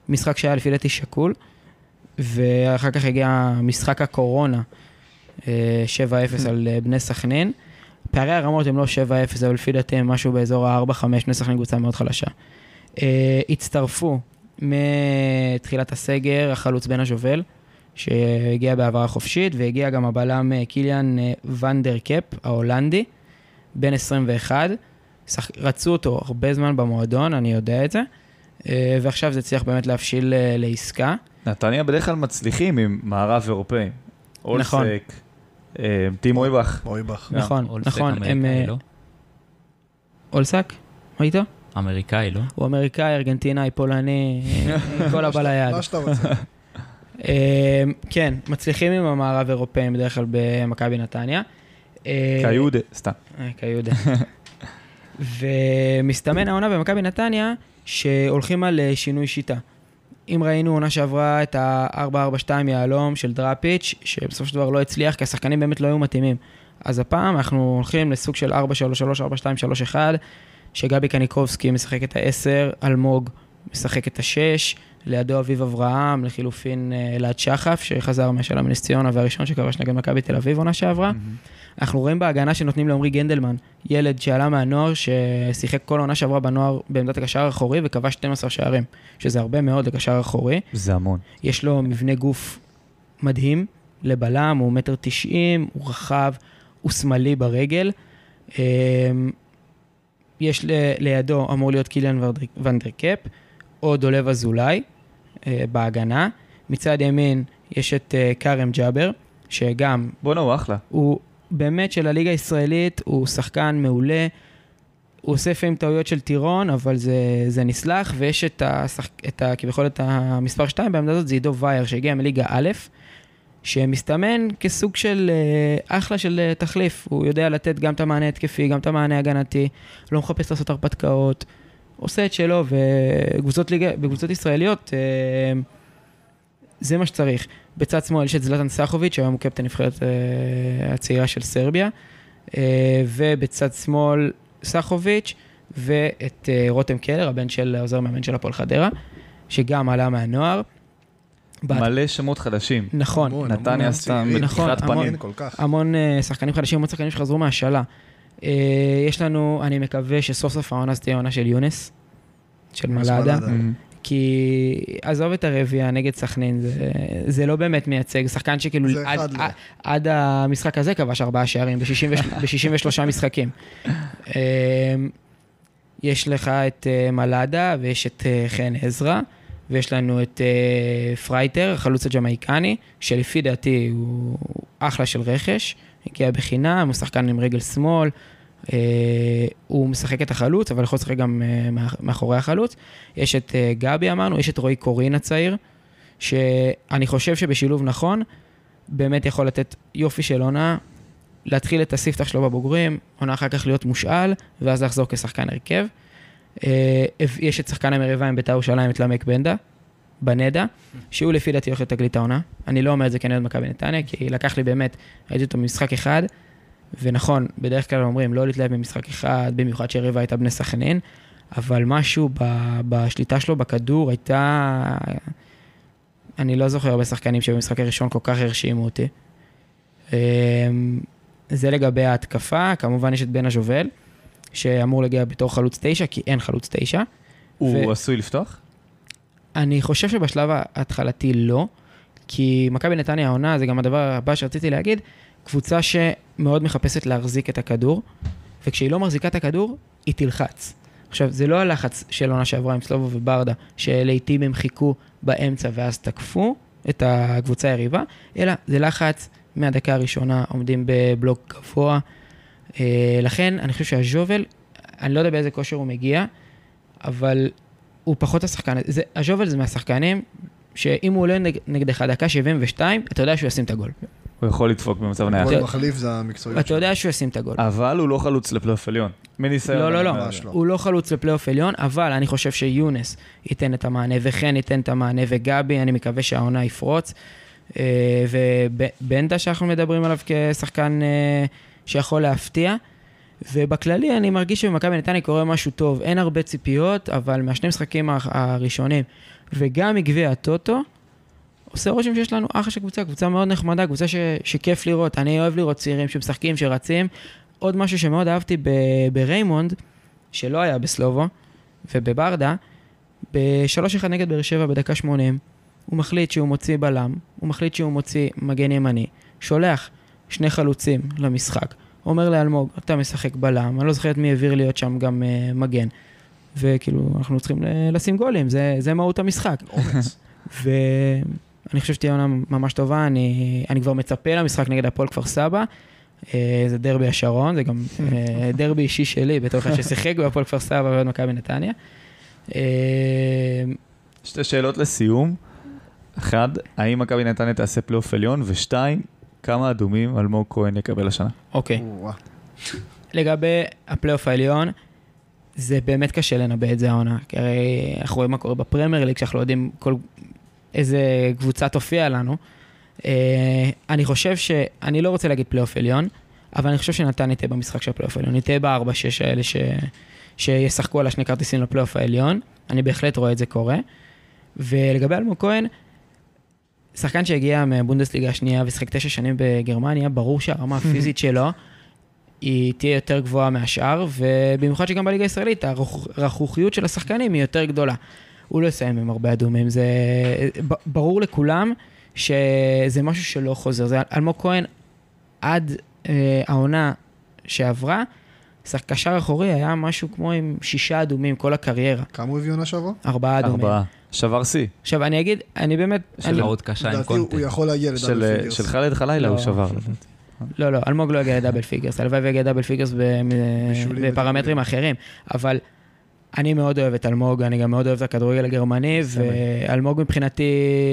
משחק שהיה לפי דעתי שקול, ואחר כך הגיע משחק הקורונה, 7-0 על בני סכנין. פערי הרמות הם לא 7-0, אבל לפי דעתי הם משהו באזור ה-4-5, בני סכנין קבוצה מאוד חלשה. הצטרפו מתחילת הסגר, החלוץ בן הז'ובל, שהגיע בעברה חופשית, והגיע גם הבלם קיליאן ונדר קאפ, ההולנדי, בן 21. רצו אותו הרבה זמן במועדון, אני יודע את זה, ועכשיו זה צריך באמת להבשיל לעסקה. נתניה בדרך כלל מצליחים עם מערב אירופאים. נכון. אולסק, טים אויבך. נכון, נכון. אמריקאי, לא? אולסק? מה איתו? אמריקאי, לא? הוא אמריקאי, ארגנטינאי, פולני, כל הבא ליד. מה שאתה רוצה. כן, מצליחים עם המערב אירופאים בדרך כלל במכבי נתניה. קיודה, סתם. קיודה. ומסתמן העונה במכבי נתניה שהולכים על שינוי שיטה. אם ראינו עונה שעברה את ה-4-4-2 יעלום של דראפיץ', שבסופו של דבר לא הצליח, כי השחקנים באמת לא היו מתאימים. אז הפעם אנחנו הולכים לסוג של 4-3-3, 4-2-3-1, שגבי קניקובסקי משחק את ה-10, אלמוג משחק את ה-6, לידו אביב אברהם, לחילופין אלעד שחף, שחזר מהשאלה מנס ציונה, והראשון שכבש נגד מכבי תל אביב עונה שעברה. אנחנו רואים בהגנה שנותנים לעומרי גנדלמן, ילד שעלה מהנוער, ששיחק כל עונה שעברה בנוער בעמדת הקשר האחורי, וכבש 12 שערים, שזה הרבה מאוד לקשר האחורי. זה המון. יש לו מבנה גוף מדהים, לבלם, הוא 1.90 מטר, הוא רחב, הוא שמאלי ברגל. יש לידו, אמור להיות קיליאן ונדר קאפ, או דולב אזולאי בהגנה. מצד ימין יש את קרם ג'אבר, שגם... בוא נאו, אחלה. הוא באמת של הליגה הישראלית, הוא שחקן מעולה, הוא עושה פעמים טעויות של טירון, אבל זה נסלח, ויש כביכול את המספר 2 בעמדה הזאת, זה עידו וייר, שהגיע מליגה א', שמסתמן כסוג של אחלה של תחליף. הוא יודע לתת גם את המענה התקפי, גם את המענה הגנתי, לא מחפש לעשות הרפתקאות, עושה את שלו, ובקבוצות ישראליות זה מה שצריך. בצד שמאל יש את זלטן סחוביץ', היום הוא קפטן נבחרת הצעירה של סרביה, ובצד שמאל סחוביץ', ואת רותם קלר, הבן של עוזר מאמן של הפועל חדרה, שגם עלה מהנוער. מלא שמות חדשים. נכון. נתניה עשתה מתחילת פנים. המון שחקנים חדשים, המון שחקנים שחזרו מהשאלה. יש לנו, אני מקווה שסוף סוף העונה תהיה העונה של יונס, של מלאדה. כי עזוב את הרביעה נגד סכנין, זה לא באמת מייצג, שחקן שכאילו עד המשחק הזה כבש 4 שערים ב-63 משחקים. יש לך את מלאדה ויש את חן עזרא, ויש לנו את פרייטר, החלוץ הג'מייקני, שלפי דעתי הוא אחלה של רכש, הגיע בחינם, הוא שחקן עם רגל שמאל, הוא משחק את החלוץ, אבל יכול לשחק גם מאחורי החלוץ. יש את גבי אמרנו, יש את רועי קורין הצעיר, שאני חושב שבשילוב נכון, באמת יכול לתת יופי של עונה, להתחיל את הספתח שלו בבוגרים, עונה אחר כך להיות מושאל, ואז לחזור כשחקן הרכב. יש את שחקן המריבה עם בית"ר ירושלים, את למק בנדה, בנדה, שהוא לפי דעתי הולך לתגלית העונה. אני לא אומר את זה כנגד מכבי נתניה, כי לקח לי באמת, הייתי אותו במשחק אחד, ונכון, בדרך כלל אומרים, לא להתלהב במשחק אחד, במיוחד שהריבה הייתה בני סכנין, אבל משהו בשליטה שלו בכדור הייתה... אני לא זוכר הרבה שחקנים שבמשחק הראשון כל כך הרשימו אותי. זה לגבי ההתקפה, כמובן יש את בן הז'ובל, שאמור להגיע בתור חלוץ 9, כי אין חלוץ 9. הוא עשוי לפתוח? אני חושב שבשלב ההתחלתי לא, כי מכבי נתניה העונה, זה גם הדבר הבא שרציתי להגיד, קבוצה שמאוד מחפשת להחזיק את הכדור, וכשהיא לא מחזיקה את הכדור, היא תלחץ. עכשיו, זה לא הלחץ של עונה שעברה עם סלובו וברדה, שלעיתים הם חיכו באמצע ואז תקפו את הקבוצה היריבה, אלא זה לחץ מהדקה הראשונה, עומדים בבלוק גבוה. לכן, אני חושב שהז'ובל, אני לא יודע באיזה כושר הוא מגיע, אבל הוא פחות השחקן. הז'ובל זה מהשחקנים, שאם הוא עולה נגדך דקה 72, אתה יודע שהוא ישים את הגול. הוא יכול לדפוק במצב נייח. הוא מחליף, זה המקצועיות. אתה יודע שהוא ישים את הגול. אבל הוא לא חלוץ לפלייאוף עליון. לא. הוא לא חלוץ לפלייאוף עליון, אבל אני חושב שיונס ייתן את המענה, וכן ייתן את המענה, וגבי, אני מקווה שהעונה יפרוץ. ובנדה שאנחנו מדברים עליו כשחקן שיכול להפתיע. ובכללי אני מרגיש שבמכבי נתניה קורה משהו טוב. אין הרבה ציפיות, אבל מהשני משחקים הראשונים, וגם מגביע הטוטו, עושה רושם שיש לנו אחלה של קבוצה, קבוצה מאוד נחמדה, קבוצה שכיף לראות. אני אוהב לראות צעירים שמשחקים, שרצים. עוד משהו שמאוד אהבתי בריימונד, שלא היה בסלובו, ובברדה, ב-3-1 נגד באר שבע בדקה 80, הוא מחליט שהוא מוציא בלם, הוא מחליט שהוא מוציא מגן ימני, שולח 2 חלוצים למשחק, אומר לאלמוג, אתה משחק בלם, אני לא זוכרת מי העביר להיות שם גם מגן, וכאילו אנחנו צריכים לשים גולים, זה מהות המשחק. ואני חושב שתהיה עונה ממש טובה, אני כבר מצפה למשחק נגד הפועל כפר סבא, זה דרבי השרון, זה גם דרבי אישי שלי, בתור אחד ששיחק בהפועל כפר סבא ועוד מכבי נתניה. 2 שאלות לסיום. 1, האם מכבי נתניה תעשה פלייאוף עליון? ו2, כמה אדומים אלמוג כהן יקבל השנה? אוקיי. לגבי הפלייאוף העליון, זה באמת קשה לנבא את זה העונה, כי הרי אנחנו רואים מה קורה בפרמייר ליג, כשאנחנו לא יודעים איזה קבוצה תופיע לנו. אני חושב אני לא רוצה להגיד פלייאוף עליון, אבל אני חושב שנתניה תהיה במשחק של הפלייאוף העליון, היא תהיה ב4-6 האלה שישחקו על 2 כרטיסים לפלייאוף העליון, אני בהחלט רואה את זה קורה. ולגבי אלמוג כהן, שחקן שהגיע מבונדסליגה השנייה ושחק 9 שנים בגרמניה, ברור שהרמה הפיזית שלו היא תהיה יותר גבוהה מהשאר, ובמיוחד שגם בליגה הישראלית, הרכרוכיות של השחקנים היא יותר גדולה. הוא לא יסיים עם הרבה אדומים, זה ברור לכולם שזה משהו שלא חוזר. זה אלמוג כהן עד העונה שעברה, קשר אחורי היה משהו כמו עם 6 אדומים כל הקריירה. כמה הוא הביא עונה שעברה? 4 אדומים. 4. שבר שיא. עכשיו אני אגיד, אני באמת... של טעות קשה עם קונטה. הוא יכול להגיע לדאבל פיגרס. של חלד חלילה הוא שבר. לא, אלמוג לא יגיע לדאבל פיגרס, הלוואי ויגיע לדאבל פיגרס בפרמטרים אחרים, אבל אני מאוד אוהב את אלמוג, אני גם מאוד אוהב את הכדורגל הגרמני, ואלמוג מבחינתי,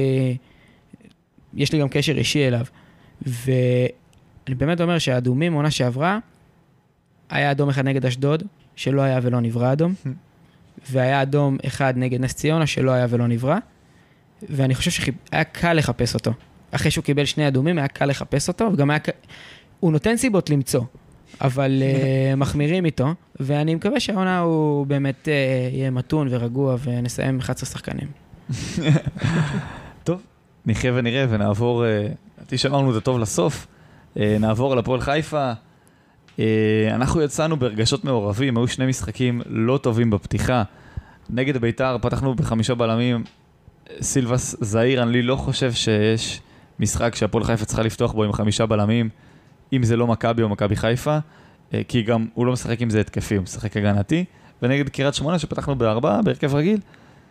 יש לי גם קשר אישי אליו, ואני באמת אומר שהאדומים, עונה שעברה, היה אדום אחד נגד אשדוד, שלא היה ולא נברא אדום, והיה אדום אחד נגד נס ציונה, שלא היה ולא נברא, ואני חושב שהיה קל לחפש אותו. אחרי שהוא קיבל 2 אדומים, היה קל לחפש אותו, וגם היה הוא נותן סיבות למצוא, אבל מחמירים איתו, ואני מקווה שהעונה הוא באמת יהיה מתון ורגוע, ונסיים 11 שחקנים. טוב, נחיה ונראה, ונעבור, תשמענו את זה טוב לסוף, נעבור על הפועל חיפה. אנחנו יצאנו ברגשות מעורבים, היו 2 משחקים לא טובים בפתיחה. נגד ביתר פתחנו ב5 בלמים, סילבס זהיר, אני לא חושב שיש משחק שהפועל חיפה צריכה לפתוח בו עם 5 בלמים, אם זה לא מכבי או מכבי חיפה, כי גם הוא לא משחק עם זה התקפי, הוא משחק הגנתי, ונגד קריית שמונה שפתחנו ב4 בהרכב רגיל,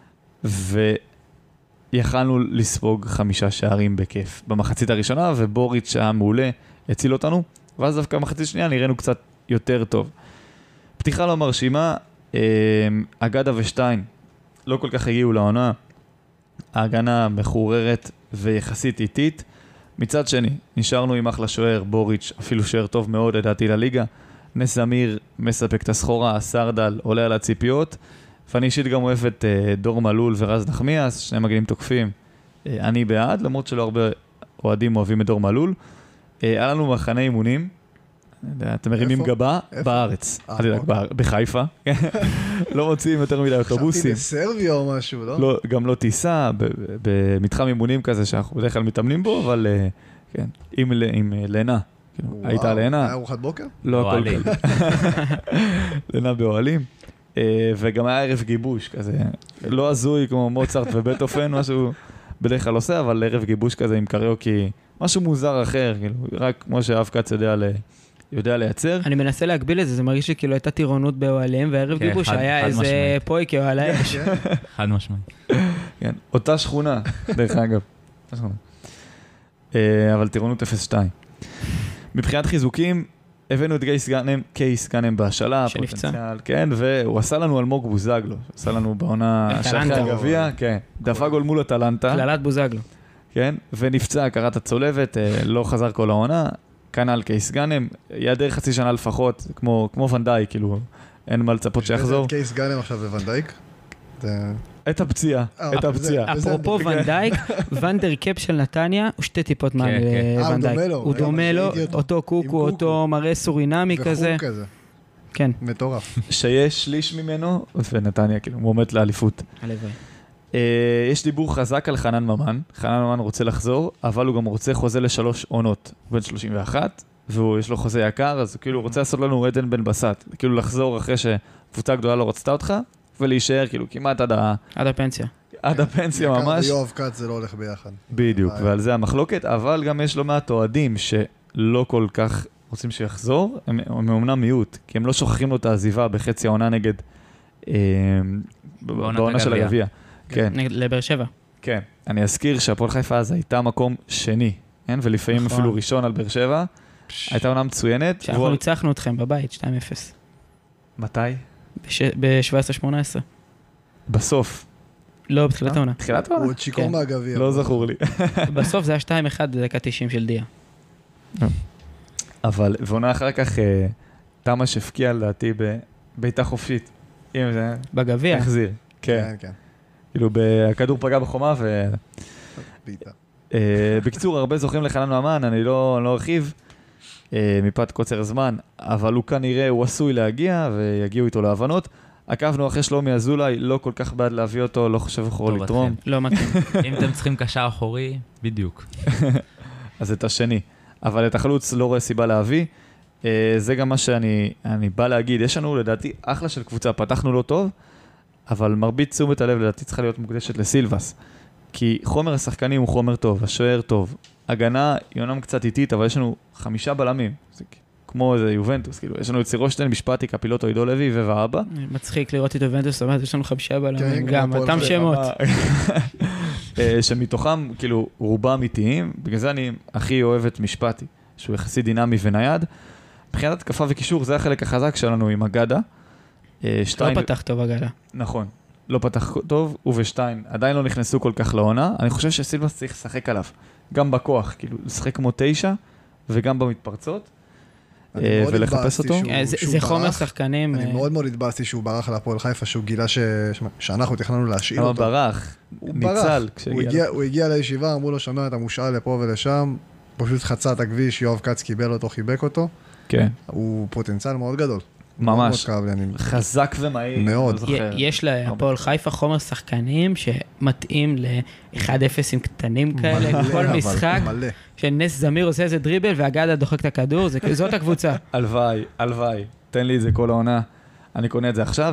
ויכלנו לספוג 5 שערים בכיף במחצית הראשונה, ובוריץ' היה מעולה, הציל אותנו, ואז דווקא במחצית שנייה נראינו קצת יותר טוב. פתיחה לא מרשימה, אגדה ושטיין לא כל כך הגיעו לעונה, ההגנה מחוררת ויחסית איטית. מצד שני, נשארנו עם אחלה שוער, בוריץ', אפילו שוער טוב מאוד לדעתי לליגה. נס זמיר מספק את הסחורה, סרדל עולה על הציפיות, ואני אישית גם אוהב את דור מלול ורז נחמיאס, 2 מגנים תוקפים. אני בעד, למרות שלא הרבה אוהדים אוהבים את דור מלול. היה לנו מחנה אימונים, אתם מרימים גבה, בארץ, בחיפה, לא מוצאים יותר מדי אוטובוסים. חשבתי בסרביה או משהו, לא? לא, גם לא טיסה, במתחם אימונים כזה שאנחנו בדרך כלל מתאמנים בו, אבל כן, עם לינה. הייתה לינה. היה ארוחת בוקר? לא, הכל כזה. לינה באוהלים. וגם היה ערב גיבוש כזה, לא הזוי כמו מוצרט ובטהובן, משהו בדרך כלל עושה, אבל ערב גיבוש כזה עם קריוקי, משהו מוזר אחר, רק כמו שאף קץ יודע לייצר. אני מנסה להגביל את זה, זה מרגיש לי כאילו הייתה טירונות באוהלים, וערב גיבוש היה איזה פויקי אוהל האש. חד משמעית. כן, אותה שכונה, דרך אגב. אבל טירונות 0-2. מבחינת חיזוקים, הבאנו את קייס גאנם בהשאלה, פוטנציאל, כן, והוא עשה לנו אלמוג בוזגלו, עשה לנו בעונה שאחרי הגביע, כן, דפק גול מול הטלנטה. כללת בוזגלו. כן, ונפצע, קראת הצולבת, לא חזר כל העונה, כנ"ל קייס גאנם, יעדר חצי שנה לפחות, כמו ונדייק, כאילו, אין מה לצפות שיחזור. קייס גאנם עכשיו בוונדייק? את הפציעה. אפרופו ונדייק, ונדר קאפ של נתניה, הוא 2 טיפות מהוונדייק. הוא דומה לו, אותו קוקו, אותו מראה סורינמי כזה. כן, מטורף. שיש שליש ממנו, ונתניה, כאילו, מועמדת לאליפות. הלוואי. יש דיבור חזק על חנן ממן. חנן ממן רוצה לחזור, אבל הוא גם רוצה חוזה ל3 עונות. הוא בן 31, ויש לו חוזה יקר, אז כאילו הוא רוצה לעשות לנו עדן בן בסט. כאילו לחזור אחרי שקבוצה גדולה לא רצתה אותך, ולהישאר כאילו כמעט עד הפנסיה. עד הפנסיה ממש. יקר ויואב כץ זה לא הולך ביחד. בדיוק, ועל זה המחלוקת, אבל גם יש לא מעט אוהדים שלא כל כך רוצים שיחזור, הם אומנם מיעוט, כי הם לא שוכחים לו את העזיבה בחצי העונה נגד, בעונה של הגביע. כן. לבאר שבע. כן, אני אזכיר שהפועל חיפה אז הייתה מקום שני, כן? ולפעמים אפילו ראשון על באר שבע, הייתה עונה מצוינת. שאנחנו ניצחנו אתכם בבית, 2-0. מתי? ב-17-18. בסוף. לא, בתחילת העונה. בתחילת העונה? הוא עוד שיקור מהגביע. לא זכור לי. בסוף זה היה 2-1 דקה 90 של דיה. אבל, ועונה אחר כך, תמש הפקיע לדעתי בביתה חופשית. אם זה... בגביע. החזיר. כן. כן. כאילו, הכדור פגע בחומה ו... בעיטה. בקיצור, הרבה זוכרים לחנן ממן, אני לא ארחיב, מפאת קוצר זמן, אבל הוא כנראה, הוא עשוי להגיע, ויגיעו איתו להבנות. עקבנו אחרי שלומי אזולאי, לא כל כך בעד להביא אותו, לא חושב יכול לתרום. לא מתאים. אם אתם צריכים קשר אחורי, בדיוק. אז את השני. אבל את החלוץ לא רואה סיבה להביא. זה גם מה שאני בא להגיד. יש לנו לדעתי אחלה של קבוצה, פתחנו לא טוב, אבל מרבית תשומת הלב לדעתי צריכה להיות מוקדשת לסילבס. כי חומר השחקנים הוא חומר טוב, השוער טוב. הגנה היא אומנם קצת איטית, אבל יש לנו 5 בלמים. זה כמו איזה יובנטוס, כאילו. יש לנו את סירושטיין, משפטי, קפילוטו, עידו לוי ובאבא. מצחיק לראות את יובנטוס, זאת אומרת, יש לנו 5 בלמים, גם אותם שמות. שמתוכם, כאילו, רובם אמיתיים, בגלל זה אני הכי אוהב את משפטי, שהוא יחסי דינמי ונייד. מבחינת התקפה וקישור, זה החלק החזק שלנו עם אגדה. לא פתח טוב אגדה. נכון, לא פתח טוב, ובשטיין עדיין לא נכנסו כל כך לעונה. אני חושב שסילבס צריך לשחק עליו, גם בכוח, כאילו, לשחק כמו 9, וגם במתפרצות, ולחפש אותו. זה חומר שחקנים. אני מאוד מאוד התבאסתי שהוא ברח להפועל חיפה, שהוא גילה שאנחנו תכננו להשאיר אותו. ברח, ניצל. הוא הגיע לישיבה, אמרו לו, שומע, אתה מושאל לפה ולשם, פשוט חצה את הכביש, יואב כץ קיבל אותו, חיבק אותו. כן. הוא פוטנציאל מאוד גדול. ממש, חזק ומהיר. מאוד. יש להפועל חיפה חומר שחקנים שמתאים ל-1-0 עם קטנים כאלה, כל משחק, שנס זמיר עושה איזה דריבל והגדה דוחק את הכדור, זאת הקבוצה. הלוואי, תן לי את זה כל העונה, אני קונה את זה עכשיו.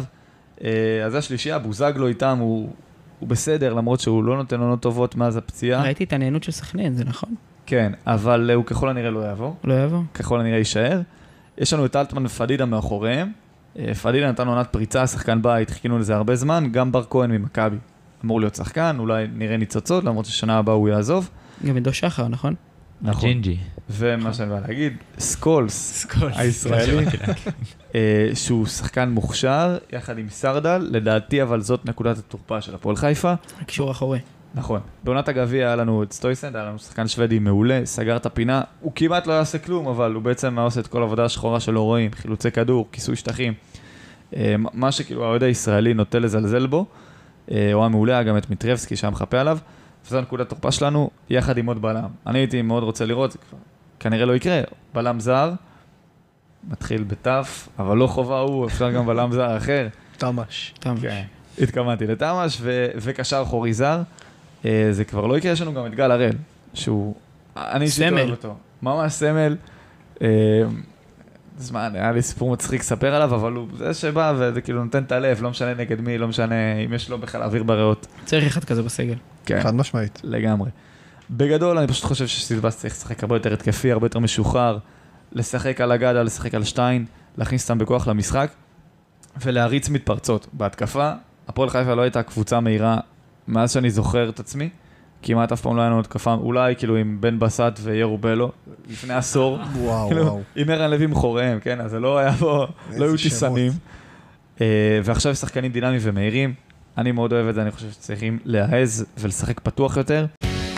אז השלישייה, בוזגלו איתם, הוא בסדר, למרות שהוא לא נותן עונות טובות מאז הפציעה. ראיתי את העניינות של סכנין, זה נכון? כן, אבל הוא ככל הנראה לא יעבור. לא יעבור? ככל הנראה יישאר. יש לנו את אלטמן ופדידה מאחוריהם. פדידה נתן עונת פריצה, שחקן בית, חיכינו לזה הרבה זמן, גם בר כהן ממכבי. אמור להיות שחקן, אולי נראה ניצוצות, למרות ששנה הבאה הוא יעזוב. גם עידו שחר, נכון? נכון. ג'ינג'י. ומה שאני בא להגיד, סקולס, הישראלי, שהוא שחקן מוכשר, יחד עם סרדל, לדעתי אבל זאת נקודת התורפה של הפועל חיפה. הקישור אחורי. נכון. בעונת הגביע היה לנו את סטויסנד, היה לנו שחקן שוודי מעולה, סגר את הפינה, הוא כמעט לא יעשה כלום, אבל הוא בעצם עושה את כל העבודה השחורה שלא רואים, חילוצי כדור, כיסוי שטחים, מה שכאילו האוהד הישראלי נוטה לזלזל בו, הוא היה מעולה, היה גם את מיטרבסקי שהיה מחפה עליו, וזו נקודת תורפה שלנו, יחד עם עוד בלם. אני הייתי מאוד רוצה לראות, זה כבר כנראה לא יקרה, בלם זר, מתחיל בתף, אבל לא חובה הוא, אפשר גם בלם זר אחר. תמש. כן. התכוונתי לתמש, וקשר אחורי זר. זה כבר לא יקרה, יש לנו גם את גל הראל, שהוא... אני אישית אוהב אותו. ממש סמל. זמן, היה לי סיפור מצחיק לספר עליו, אבל הוא זה שבא וזה כאילו נותן את הלב, לא משנה נגד מי, לא משנה אם יש לו בכלל אוויר בריאות. צריך אחד כזה בסגל. כן. חד משמעית. לגמרי. בגדול, אני פשוט חושב שסילבס צריך לשחק הרבה יותר התקפי, הרבה יותר משוחרר, לשחק על הגדה, לשחק על שטיין, להכניס אותם בכוח למשחק, ולהריץ מתפרצות. בהתקפה, הפועל חיפה לא הייתה קבוצה מהירה מאז שאני זוכר את עצמי, כמעט אף פעם לא היה לנו התקפה, אולי כאילו עם בן בסט וירו בלו, לפני עשור. וואו. עם ערן לוי מחוריהם, כן? אז זה לא היה פה, לא היו טיסנים. ועכשיו שחקנים דינמיים ומהירים, אני מאוד אוהב את זה, אני חושב שצריכים להעז ולשחק פתוח יותר.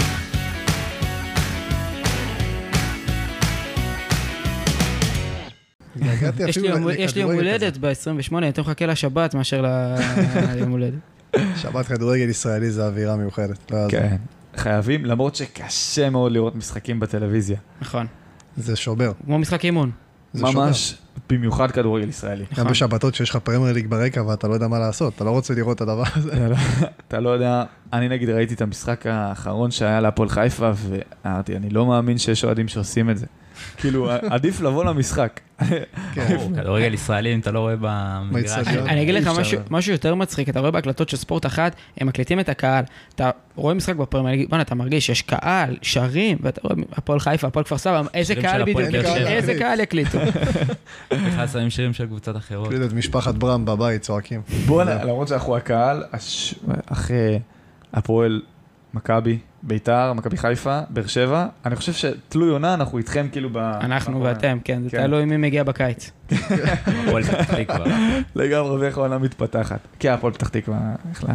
יש לי יום הולדת ב-28, יותר מחכה לשבת מאשר ליום הולדת. שבת כדורגל ישראלי זה אווירה מיוחדת. כן, חייבים, למרות שקשה מאוד לראות משחקים בטלוויזיה. נכון. זה שובר. כמו משחק אימון. ממש, במיוחד כדורגל ישראלי. גם בשבתות שיש לך פרמייר ליג ברקע ואתה לא יודע מה לעשות, אתה לא רוצה לראות את הדבר הזה. אתה לא יודע, אני נגיד ראיתי את המשחק האחרון שהיה להפועל חיפה, ואמרתי, אני לא מאמין שיש אוהדים שעושים את זה. כאילו, עדיף לבוא למשחק. כדורגל ישראלי, אם אתה לא רואה במגרש. אני אגיד לך משהו יותר מצחיק, אתה רואה בהקלטות של ספורט אחת, הם מקליטים את הקהל, אתה רואה משחק בפרמייר ליג, אתה מרגיש שיש קהל, שרים, ואתה רואה הפועל חיפה, הפועל כפר סבא, איזה קהל בדיוק, איזה קהל יקליטו. בכלל שמים שירים של קבוצות אחרות. קליט את משפחת ברם בבית, צועקים. בוא, למרות שאנחנו הקהל, אחרי הפועל מכבי, ביתר, מכבי חיפה, באר שבע, אני חושב שתלוי עונה, אנחנו איתכם כאילו אנחנו ואתם, כן, זה תלוי מי מגיע בקיץ. הפועל פתח תקווה. לגמרי ואיך העונה מתפתחת. כן, הפועל פתח תקווה, בכלל.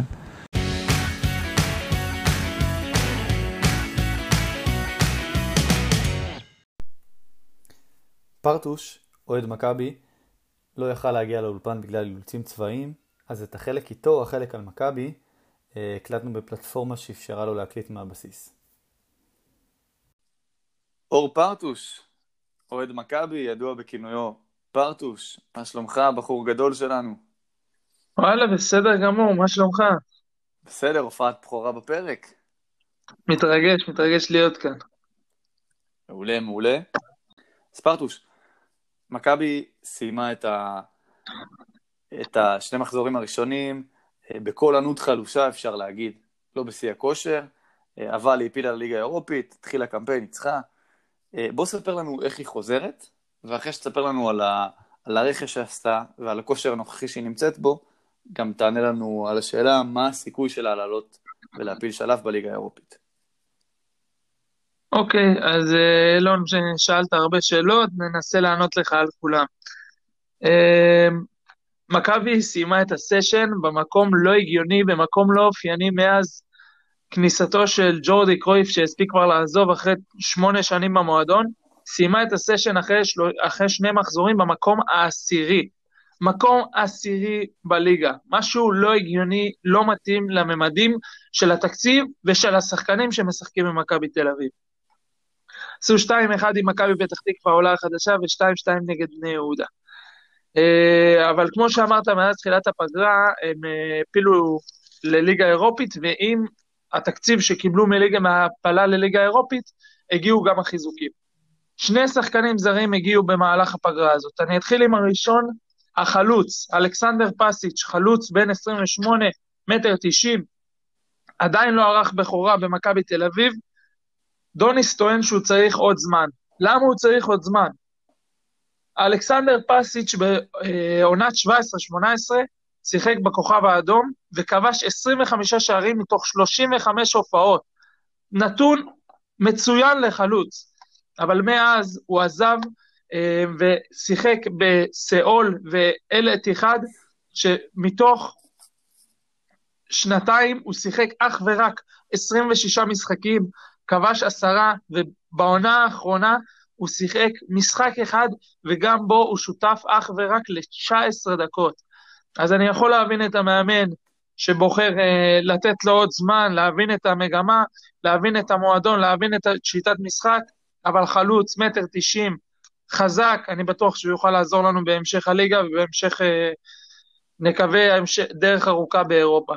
פרטוש, אוהד מכבי, לא יכל להגיע לאולפן בגלל אילוצים צבאיים, אז את החלק איתו, החלק על מכבי, הקלטנו בפלטפורמה שאפשרה לו להקליט מהבסיס. אור פרטוש, אוהד מכבי, ידוע בכינויו פרטוש, מה שלומך, בחור גדול שלנו? וואלה, בסדר גמור, מה שלומך? בסדר, הופעת בכורה בפרק. מתרגש להיות כאן. מעולה, מעולה. אז פרטוש, מכבי סיימה את השני מחזורים הראשונים, בכל ענות חלושה אפשר להגיד, לא בשיא הכושר, אבל היא הפילה לליגה האירופית, התחילה קמפיין, ניצחה. בוא ספר לנו איך היא חוזרת, ואחרי שתספר לנו על הרכש שעשתה ועל הכושר הנוכחי שהיא נמצאת בו, גם תענה לנו על השאלה מה הסיכוי שלה לעלות ולהפיל שלב בליגה האירופית. אוקיי, אז אלון, שאלת הרבה שאלות, ננסה לענות לך על כולם. מכבי סיימה את הסשן במקום לא הגיוני, במקום לא אופייני מאז כניסתו של ג'ורדי קרויף שהספיק כבר לעזוב אחרי 8 שנים במועדון, סיימה את הסשן אחרי 2 מחזורים במקום העשירי. מקום עשירי בליגה. משהו לא הגיוני, לא מתאים לממדים של התקציב ושל השחקנים שמשחקים במכבי תל אביב. עשו 2-1 עם מכבי פתח תקווה עולה החדשה ו2-2 נגד בני יהודה. אבל כמו שאמרת, מאז תחילת הפגרה, הם הפילו לליגה האירופית, ועם התקציב שקיבלו מהפלה לליגה האירופית, הגיעו גם החיזוקים. 2 שחקנים זרים הגיעו במהלך הפגרה הזאת. אני אתחיל עם הראשון, החלוץ, אלכסנדר פסיץ', חלוץ בין 28 מטר 90, עדיין לא ערך בכורה במכבי תל אביב. דוניס טוען שהוא צריך עוד זמן. למה הוא צריך עוד זמן? אלכסנדר פסיץ' בעונת 17-18 שיחק בכוכב האדום וכבש 25 שערים מתוך 35 הופעות. נתון מצוין לחלוץ, אבל מאז הוא עזב ושיחק בסיאול ואל איתיחאד, שמתוך 2 הוא שיחק אך ורק 26 משחקים, כבש 10, ובעונה האחרונה הוא שיחק משחק אחד, וגם בו הוא שותף אך ורק ל-19 דקות. אז אני יכול להבין את המאמן שבוחר לתת לו עוד זמן, להבין את המגמה, להבין את המועדון, להבין את שיטת משחק, אבל חלוץ, 1.90 מטר, חזק, אני בטוח שהוא יוכל לעזור לנו בהמשך הליגה, ובהמשך נקווה דרך ארוכה באירופה.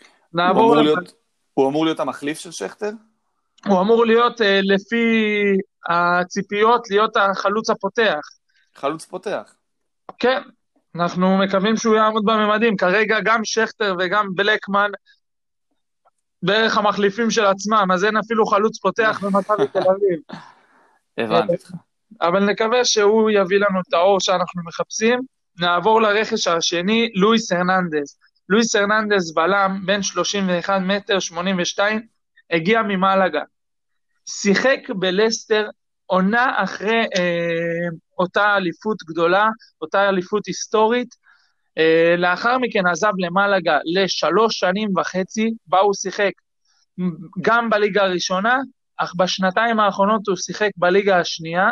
הוא אמור להיות המחליף של שכטר? הוא אמור להיות, לפי הציפיות, להיות החלוץ הפותח. חלוץ פותח? כן, אנחנו מקווים שהוא יעמוד בממדים. כרגע גם שכטר וגם בלקמן, בערך המחליפים של עצמם, אז אין אפילו חלוץ פותח במכבי תל אביב. הבנתי אותך. אבל נקווה שהוא יביא לנו את האור שאנחנו מחפשים. נעבור לרכש השני, לואיס הרננדז. לואיס הרננדז בלם, בין 31 מטר 82, הגיע ממלגה. שיחק בלסטר, עונה אחרי אותה אליפות גדולה, אותה אליפות היסטורית. לאחר מכן עזב למלגה ל3.5 שנים, בה הוא שיחק גם בליגה הראשונה, אך בשנתיים האחרונות הוא שיחק בליגה השנייה.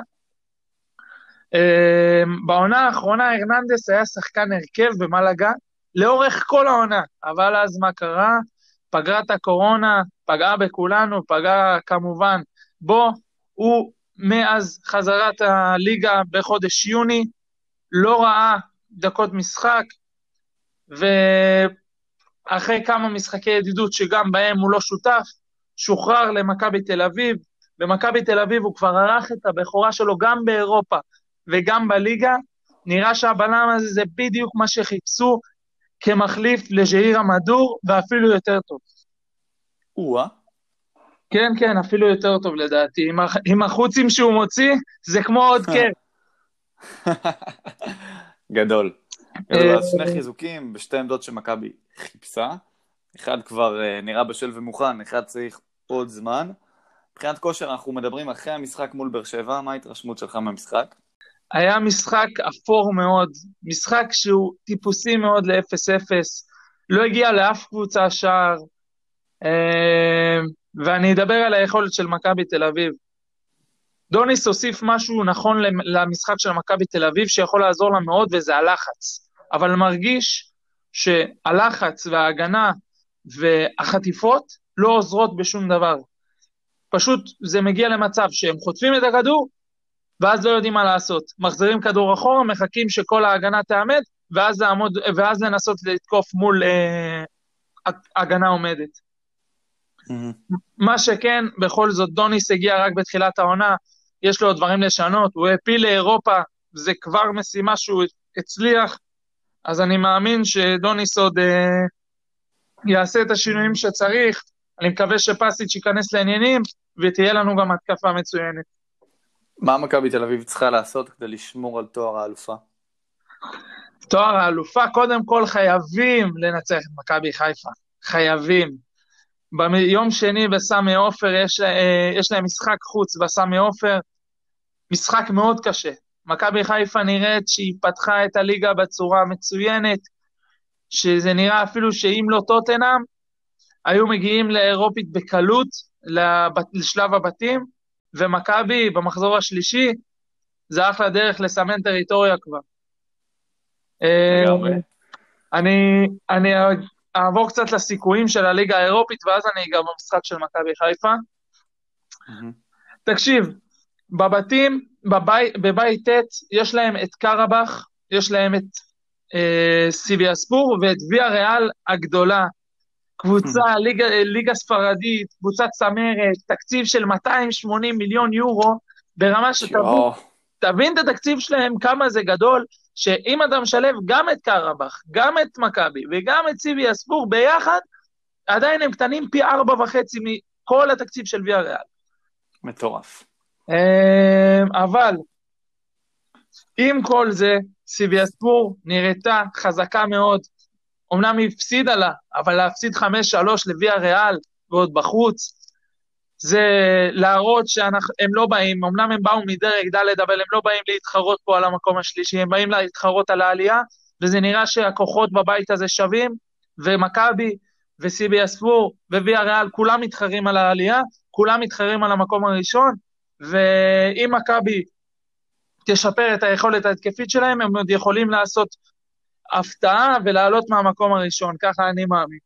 בעונה האחרונה הרננדס היה שחקן הרכב במלגה לאורך כל העונה, אבל אז מה קרה? פגרת הקורונה, פגעה בכולנו, פגעה כמובן בו. הוא מאז חזרת הליגה בחודש יוני לא ראה דקות משחק, ואחרי כמה משחקי ידידות שגם בהם הוא לא שותף, שוחרר למכבי תל אביב. במכבי תל אביב הוא כבר ערך את הבכורה שלו גם באירופה וגם בליגה. נראה שהבלם הזה זה בדיוק מה שחיפשו כמחליף לז'איר המדור, ואפילו יותר טוב. כן, כן, אפילו יותר טוב לדעתי. עם החוצים שהוא מוציא, זה כמו עוד קר. גדול. אז שני חיזוקים בשתי עמדות שמכבי חיפשה. אחד כבר נראה בשל ומוכן, אחד צריך עוד זמן. מבחינת כושר אנחנו מדברים אחרי המשחק מול באר שבע, מה ההתרשמות שלך מהמשחק? היה משחק אפור מאוד, משחק שהוא טיפוסי מאוד ל-0-0, לא הגיע לאף קבוצה שער, ואני אדבר על היכולת של מכבי תל אביב. דוניס הוסיף משהו נכון למשחק של מכבי תל אביב, שיכול לעזור לה מאוד, וזה הלחץ. אבל מרגיש שהלחץ וההגנה והחטיפות לא עוזרות בשום דבר. פשוט זה מגיע למצב שהם חוטפים את הכדור, ואז לא יודעים מה לעשות. מחזירים כדור אחורה, מחכים שכל ההגנה תעמד, ואז לנסות לתקוף מול הגנה עומדת. מה שכן, בכל זאת, דוניס הגיע רק בתחילת העונה, יש לו דברים לשנות, הוא הפיל לאירופה, זה כבר משימה שהוא הצליח, אז אני מאמין שדוניס עוד יעשה את השינויים שצריך, אני מקווה שפסיץ' ייכנס לעניינים, ותהיה לנו גם התקפה מצוינת. מה מכבי תל אביב צריכה לעשות כדי לשמור על תואר האלופה? תואר האלופה, קודם כל חייבים לנצח את מכבי חיפה, חייבים. ביום שני בסמי עופר יש להם משחק חוץ בסמי עופר, משחק מאוד קשה. מכבי חיפה נראית שהיא פתחה את הליגה בצורה מצוינת, שזה נראה אפילו שאם לא טוטנהאם, היו מגיעים לאירופית בקלות, לשלב הבתים, ומכבי במחזור השלישי, זה אחלה דרך לסמן טריטוריה כבר. אני אעבור קצת לסיכויים של הליגה האירופית, ואז אני אגע במשחק של מכבי חיפה. תקשיב, בבתים, בבית ט' יש להם את קרבח, יש להם את סיביאספור, ואת ויה ריאל הגדולה, קבוצה, ליגה ספרדית, קבוצת צמרת, תקציב של 280 מיליון יורו, ברמה שתבין את התקציב שלהם כמה זה גדול, שאם אתה משלב גם את קרבח, גם את מכבי וגם את סיביאספור ביחד, עדיין הם קטנים פי 4.5 מכל התקציב של ויה ריאל. מטורף. אבל עם כל זה, סיביאספור נראתה חזקה מאוד, אמנם היא הפסידה לה, אבל להפסיד 5-3 לויה ריאל, ועוד בחוץ, זה להראות שהם לא באים, אמנם הם באו מדרג ד', אבל הם לא באים להתחרות פה על המקום השלישי, הם באים להתחרות על העלייה, וזה נראה שהכוחות בבית הזה שווים, ומכבי וסיביאספור וויה ריאל, כולם מתחרים על העלייה, כולם מתחרים על המקום הראשון, ואם מכבי תשפר את היכולת ההתקפית שלהם, הם עוד יכולים לעשות הפתעה ולעלות מהמקום הראשון, ככה אני מאמין.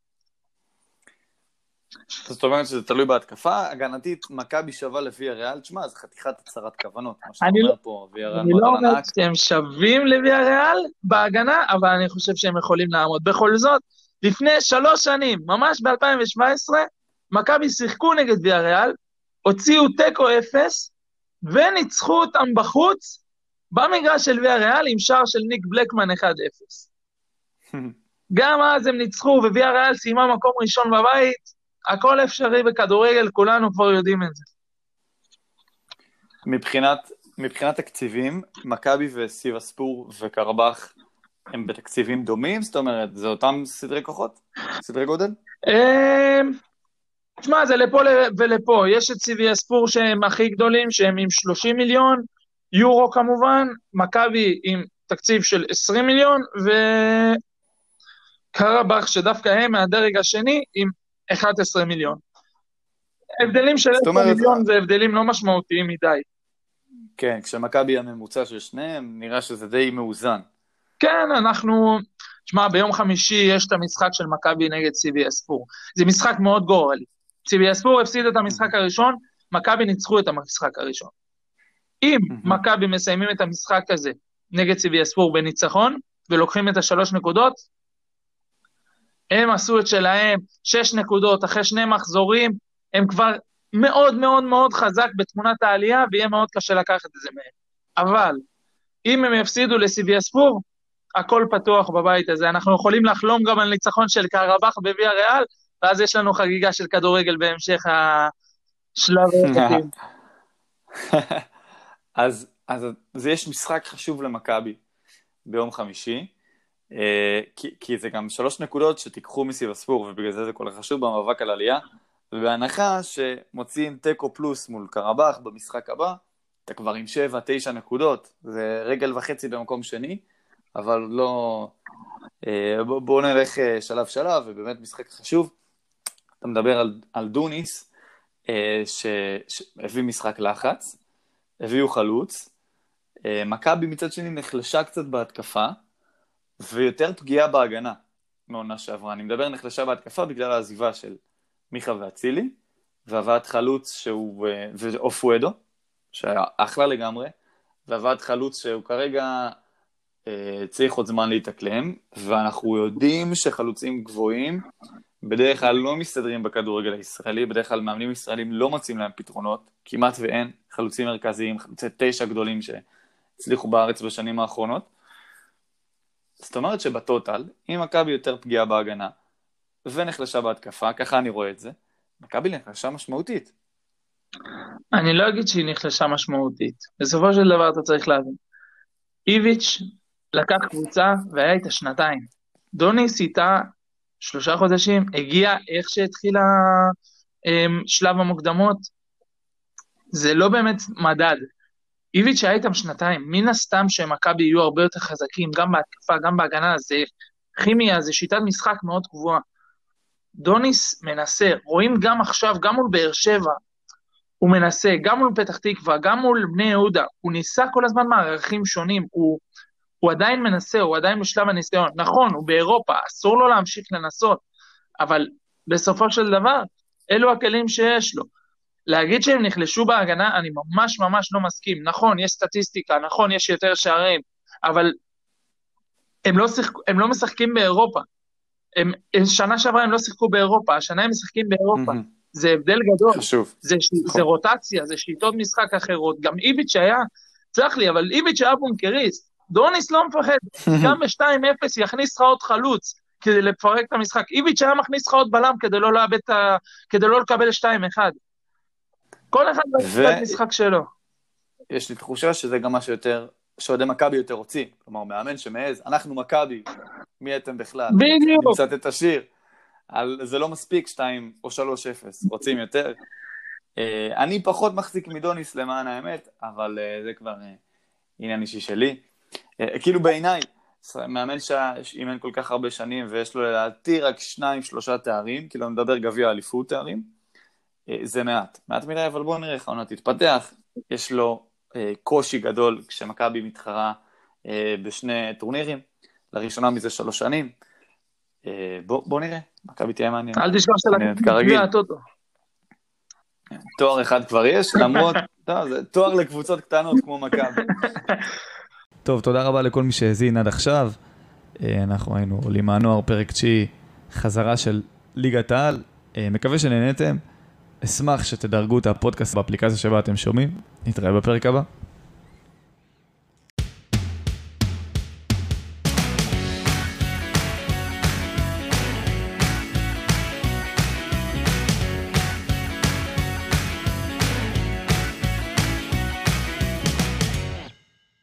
זאת אומרת שזה תלוי בהתקפה, הגנתית מכבי שווה לויה ריאל, תשמע, זה חתיכת הצהרת כוונות, מה שאתה אומר פה, ויה ריאל אני לא אומר שהם שווים לויה ריאל בהגנה, אבל אני חושב שהם יכולים לעמוד. בכל זאת, לפני 3 שנים, ממש ב-2017, מכבי שיחקו נגד ויה ריאל, הוציאו תיקו 0, וניצחו אותם בחוץ, במגרש של ויה ריאל, עם שער של ניק בלקמן 1-0. גם אז הם ניצחו, וויה ריאל סיימה מקום ראשון בבית, הכל אפשרי בכדורגל, כולנו כבר יודעים את זה. מבחינת תקציבים, מכבי וסיביאספור וקרבח הם בתקציבים דומים? זאת אומרת, זה אותם סדרי כוחות? סדרי גודל? תשמע, זה לפה ולפה. יש את סיביאספור שהם הכי גדולים, שהם עם 30 מיליון, יורו כמובן, מכבי עם תקציב של 20 מיליון, וקרבח שדווקא הם מהדרג השני עם 11 מיליון. הבדלים של 10 מיליון זה הבדלים לא משמעותיים מדי. כן, כשמכבי הממוצע של שניהם, נראה שזה די מאוזן. כן, תשמע, ביום חמישי יש את המשחק של מכבי נגד סיביאספור. זה משחק מאוד גורלי. סיביאספור הפסיד את המשחק הראשון, מכבי ניצחו את המשחק הראשון. אם מכבי מסיימים את המשחק הזה נגד סיביאספור בניצחון, ולוקחים את 3 נקודות, הם עשו את שלהם 6 נקודות אחרי 2 מחזורים, הם כבר מאוד מאוד מאוד חזק בתמונת העלייה, ויהיה מאוד קשה לקחת את זה מהם. אבל, אם הם יפסידו לסיביאספור, הכל פתוח בבית הזה, אנחנו יכולים לחלום גם על ניצחון של קרבח בוויה ריאל, ואז יש לנו חגיגה של כדורגל בהמשך השלב היחסים. אז יש משחק חשוב למכבי ביום חמישי, כי זה גם 3 נקודות שתיקחו מסיבספור, ובגלל זה כל כך חשוב במאבק על עלייה, ובהנחה שמוציאים טקו פלוס מול קרבח במשחק הבא, אתה כבר עם 7-9 נקודות, זה רגל וחצי במקום שני, אבל לא... בואו נלך שלב שלב, ובאמת משחק חשוב. אתה מדבר על דוניס, שהביא משחק לחץ, הביאו חלוץ, מכבי מצד שני נחלשה קצת בהתקפה, ויותר פגיעה בהגנה מעונה שעברה. אני מדבר נחלשה בהתקפה בגלל העזיבה של מיכה ואצילי, והבאת חלוץ שהוא, ואופואדו, שהיה אחלה לגמרי, והבאת חלוץ שהוא כרגע צריך עוד זמן להתאקלם, ואנחנו יודעים שחלוצים גבוהים בדרך כלל לא מסתדרים בכדורגל הישראלי, בדרך כלל מאמנים ישראלים לא מוצאים להם פתרונות, כמעט ואין חלוצים מרכזיים, חלוצי 9 גדולים שהצליחו בארץ בשנים האחרונות. זאת אומרת שבטוטל, אם מכבי יותר פגיעה בהגנה ונחלשה בהתקפה, ככה אני רואה את זה, מכבי נחלשה משמעותית. אני לא אגיד שהיא נחלשה משמעותית. בסופו של דבר אתה צריך להבין. איביץ' לקח קבוצה והיה איתה 2 דוניס איתה 3 חודשים, הגיע איך שהתחילה שלב המוקדמות, זה לא באמת מדד. איביץ' היה איתם 2, מן הסתם שמכבי יהיו הרבה יותר חזקים, גם בהתקפה, גם בהגנה, זה כימיה, זה שיטת משחק מאוד קבועה. דוניס מנסה, רואים גם עכשיו, גם מול באר שבע, הוא מנסה, גם מול פתח תקווה, גם מול בני יהודה, הוא ניסה כל הזמן מערכים שונים, הוא עדיין מנסה, הוא עדיין בשלב הניסיון. נכון, הוא באירופה, אסור לו להמשיך לנסות, אבל בסופו של דבר, אלו הכלים שיש לו. להגיד שהם נחלשו בהגנה, אני ממש ממש לא מסכים. נכון, יש סטטיסטיקה, נכון, יש יותר שערים, אבל הם לא משחקים באירופה. שנה שעברה הם לא שיחקו באירופה, השנה הם משחקים באירופה. זה הבדל גדול. חשוב. זה רוטציה, זה שיטות משחק אחרות. גם איביץ' היה, צריך לי, אבל איביץ' היה בונקריסט. דוניס לא מפחד. גם ב-2-0 יכניס לך עוד חלוץ, כדי לפרק את המשחק. איביץ' היה מכניס לך עוד בלם, כדי לא לקבל 2-1. כל אחד בשיטת משחק שלו. יש לי תחושה שזה גם משהו יותר, שעודי מכבי יותר רוצים. כלומר, מאמן שמעז, אנחנו מכבי, מי אתם בכלל? בדיוק. נמצאת את השיר. זה לא מספיק 2 או 3-0, רוצים יותר. אני פחות מחזיק מדוניס למען האמת, אבל זה כבר עניין אישי שלי. כאילו בעיניי, מאמן שאימן כל כך הרבה שנים, ויש לו לדעתי רק 2-3 תארים, כאילו אני מדבר גביע אליפות תארים, זה מעט מדי, אבל בואו נראה איך העונה תתפתח. יש לו קושי גדול כשמכבי מתחרה בשני טורנירים, לראשונה מזה 3 שנים. בואו נראה, מכבי תהיה מעניין. אל תשכח שלגביע הטוטו. תואר אחד כבר יש, למרות, זה תואר לקבוצות קטנות כמו מכבי. טוב, תודה רבה לכל מי שהזין עד עכשיו. אנחנו היינו עולים מהנוער, פרק 9, חזרה של ליגת העל. מקווה שנהנתם. אשמח שתדרגו את הפודקאסט באפליקציה שבה אתם שומעים. נתראה בפרק הבא.